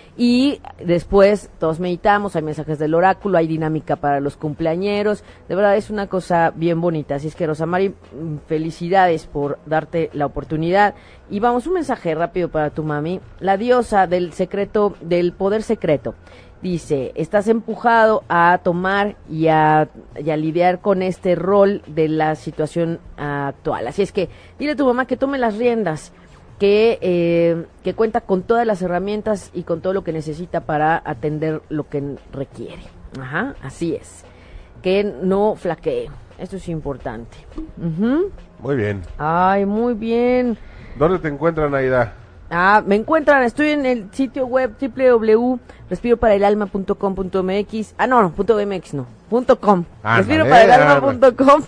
Y después todos meditamos, hay mensajes del oráculo, hay dinámica para los cumpleañeros, de verdad es una cosa bien bonita. Así es que, Rosamari, felicidades por darte la oportunidad. Y vamos, un mensaje rápido para tu mami, la diosa del secreto, del poder secreto. Dice, estás empujado a tomar y a, y a lidiar con este rol de la situación actual. Así es que dile a tu mamá que tome las riendas, que, eh, que cuenta con todas las herramientas y con todo lo que necesita para atender lo que requiere. Ajá, así es. Que no flaquee. Esto es importante. Uh-huh. Muy bien. Ay, muy bien. ¿Dónde te encuentran, Aida? Ah, me encuentran, estoy en el sitio web doble u doble u doble u punto respiro para el alma punto com punto m x. Ah, no, no, punto m x no, punto com. Ándale, respiro para el alma punto ándale. com.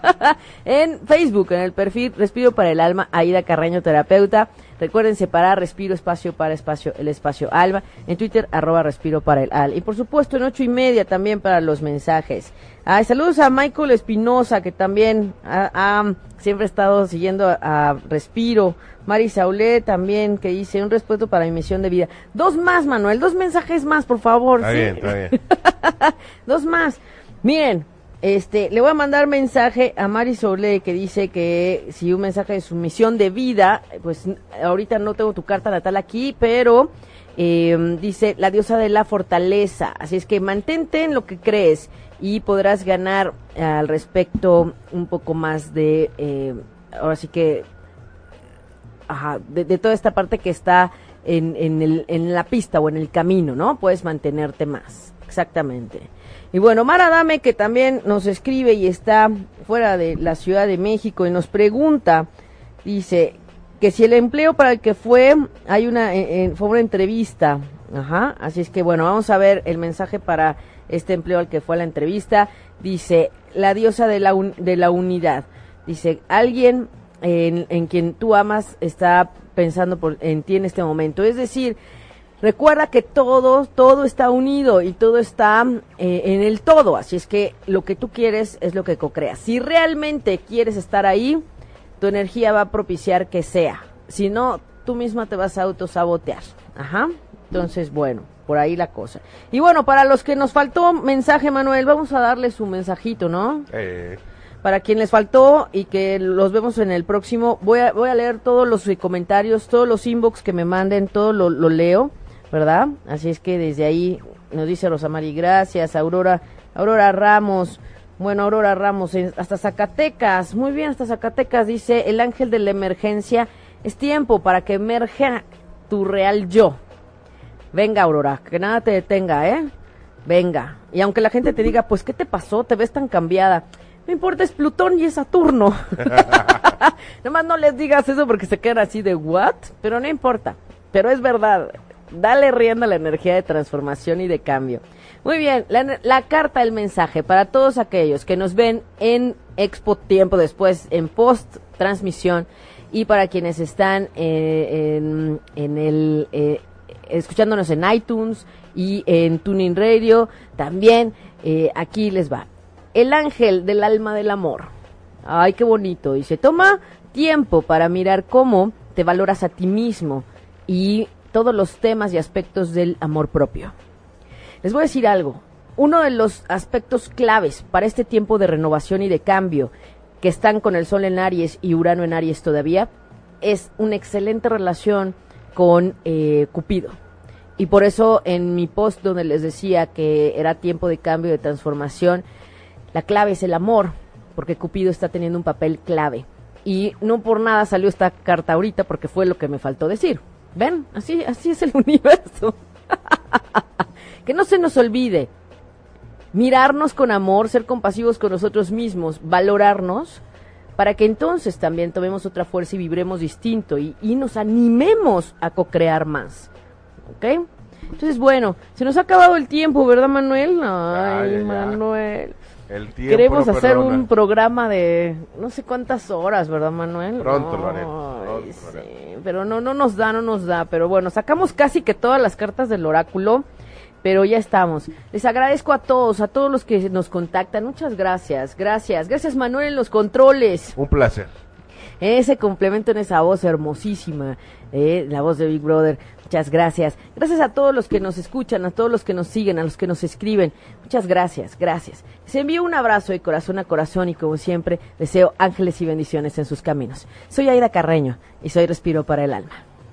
En Facebook, en el perfil Respiro para el Alma, Aida Carreño, terapeuta. Recuerden separar respiro, espacio para espacio, el espacio alma. En Twitter, arroba respiro para el al. Y por supuesto, en ocho y media también para los mensajes. Ay, saludos a Michael Espinosa, que también ha, ha siempre estado siguiendo a, a Respiro. Mari Saulé también, que dice, un respeto para mi misión de vida. Dos más, Manuel, dos mensajes más, por favor. Está ¿sí? bien, está bien. Dos más. Miren, este, le voy a mandar mensaje a Mari Saulé, que dice que si un mensaje de su misión de vida, pues ahorita no tengo tu carta natal aquí, pero eh, dice la diosa de la fortaleza. Así es que mantente en lo que crees y podrás ganar eh, al respecto un poco más de, eh, ahora sí que, ajá, de, de toda esta parte que está en, en, el, en la pista o en el camino, ¿no? Puedes mantenerte más, exactamente. Y bueno, Mara Dame, que también nos escribe y está fuera de la Ciudad de México y nos pregunta, dice, que si el empleo para el que fue, hay una, eh, fue una entrevista, ajá, así es que bueno, vamos a ver el mensaje para este empleo al que fue a la entrevista. Dice, la diosa de la, un, de la unidad, dice, alguien en, en quien tú amas está pensando por, en ti en este momento, es decir, recuerda que todo, todo está unido y todo está eh, en el todo, así es que lo que tú quieres es lo que co-creas. Si realmente quieres estar ahí, tu energía va a propiciar que sea, si no, tú misma te vas a autosabotear. Ajá, entonces bueno, por ahí la cosa. Y bueno, para los que nos faltó mensaje, Manuel, vamos a darle su mensajito, ¿no? Eh, Para quien les faltó y que los vemos en el próximo, voy a, voy a leer todos los comentarios, todos los inbox que me manden, todo lo, lo leo, ¿verdad? Así es que desde ahí nos dice Rosamari, gracias, Aurora, Aurora Ramos, Bueno, Aurora Ramos, en- hasta Zacatecas, muy bien, hasta Zacatecas, dice, el ángel de la emergencia, es tiempo para que emerja tu real yo. Venga, Aurora, que nada te detenga, ¿eh? Venga. Y aunque la gente te diga, pues, ¿qué te pasó? Te ves tan cambiada. No importa, es Plutón y es Saturno. Nomás no les digas eso porque se quedan así de, ¿what? Pero no importa, pero es verdad. Dale rienda a la energía de transformación y de cambio. Muy bien, la, la carta del mensaje para todos aquellos que nos ven en Expo tiempo después, en post transmisión, y para quienes están eh, en, en el eh, escuchándonos en iTunes y en Tuning Radio, también eh, aquí les va. El ángel del alma del amor. Ay, qué bonito. Dice, toma tiempo para mirar cómo te valoras a ti mismo y todos los temas y aspectos del amor propio. Les voy a decir algo. Uno de los aspectos claves para este tiempo de renovación y de cambio, que están con el Sol en Aries y Urano en Aries todavía, es una excelente relación con eh, Cupido. Y por eso en mi post donde les decía que era tiempo de cambio, de transformación, la clave es el amor, porque Cupido está teniendo un papel clave. Y no por nada salió esta carta ahorita, porque fue lo que me faltó decir. ¿Ven? Así, así es el universo. Que no se nos olvide mirarnos con amor, ser compasivos con nosotros mismos, valorarnos, para que entonces también tomemos otra fuerza y vibremos distinto y, y nos animemos a co-crear más. ¿Ok? Entonces, bueno, se nos ha acabado el tiempo, ¿verdad, Manuel? Ay, Ya, ya, ya. Manuel. El tiempo Queremos no hacer perdona. un programa de no sé cuántas horas, ¿verdad, Manuel? Pronto lo Ay, haremos, pronto lo sí, haremos. pero no, no nos da, no nos da. Pero bueno, sacamos casi que todas las cartas del oráculo, pero ya estamos. Les agradezco a todos, a todos los que nos contactan. Muchas gracias, gracias. Gracias, Manuel, en los controles. Un placer. Ese complemento en esa voz hermosísima, eh, la voz de Big Brother. Muchas gracias. Gracias a todos los que nos escuchan, a todos los que nos siguen, a los que nos escriben. Muchas gracias, gracias. Les envío un abrazo de corazón a corazón y como siempre deseo ángeles y bendiciones en sus caminos. Soy Aida Carreño y soy Respiro para el Alma.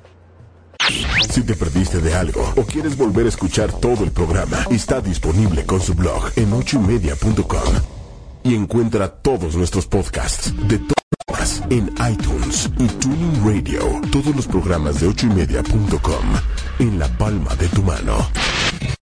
Si te perdiste de algo o quieres volver a escuchar todo el programa, está disponible con su blog en ocho y media punto com. Y encuentra todos nuestros podcasts de todas en iTunes y Tuning Radio. Todos los programas de ocho y media punto com en la palma de tu mano.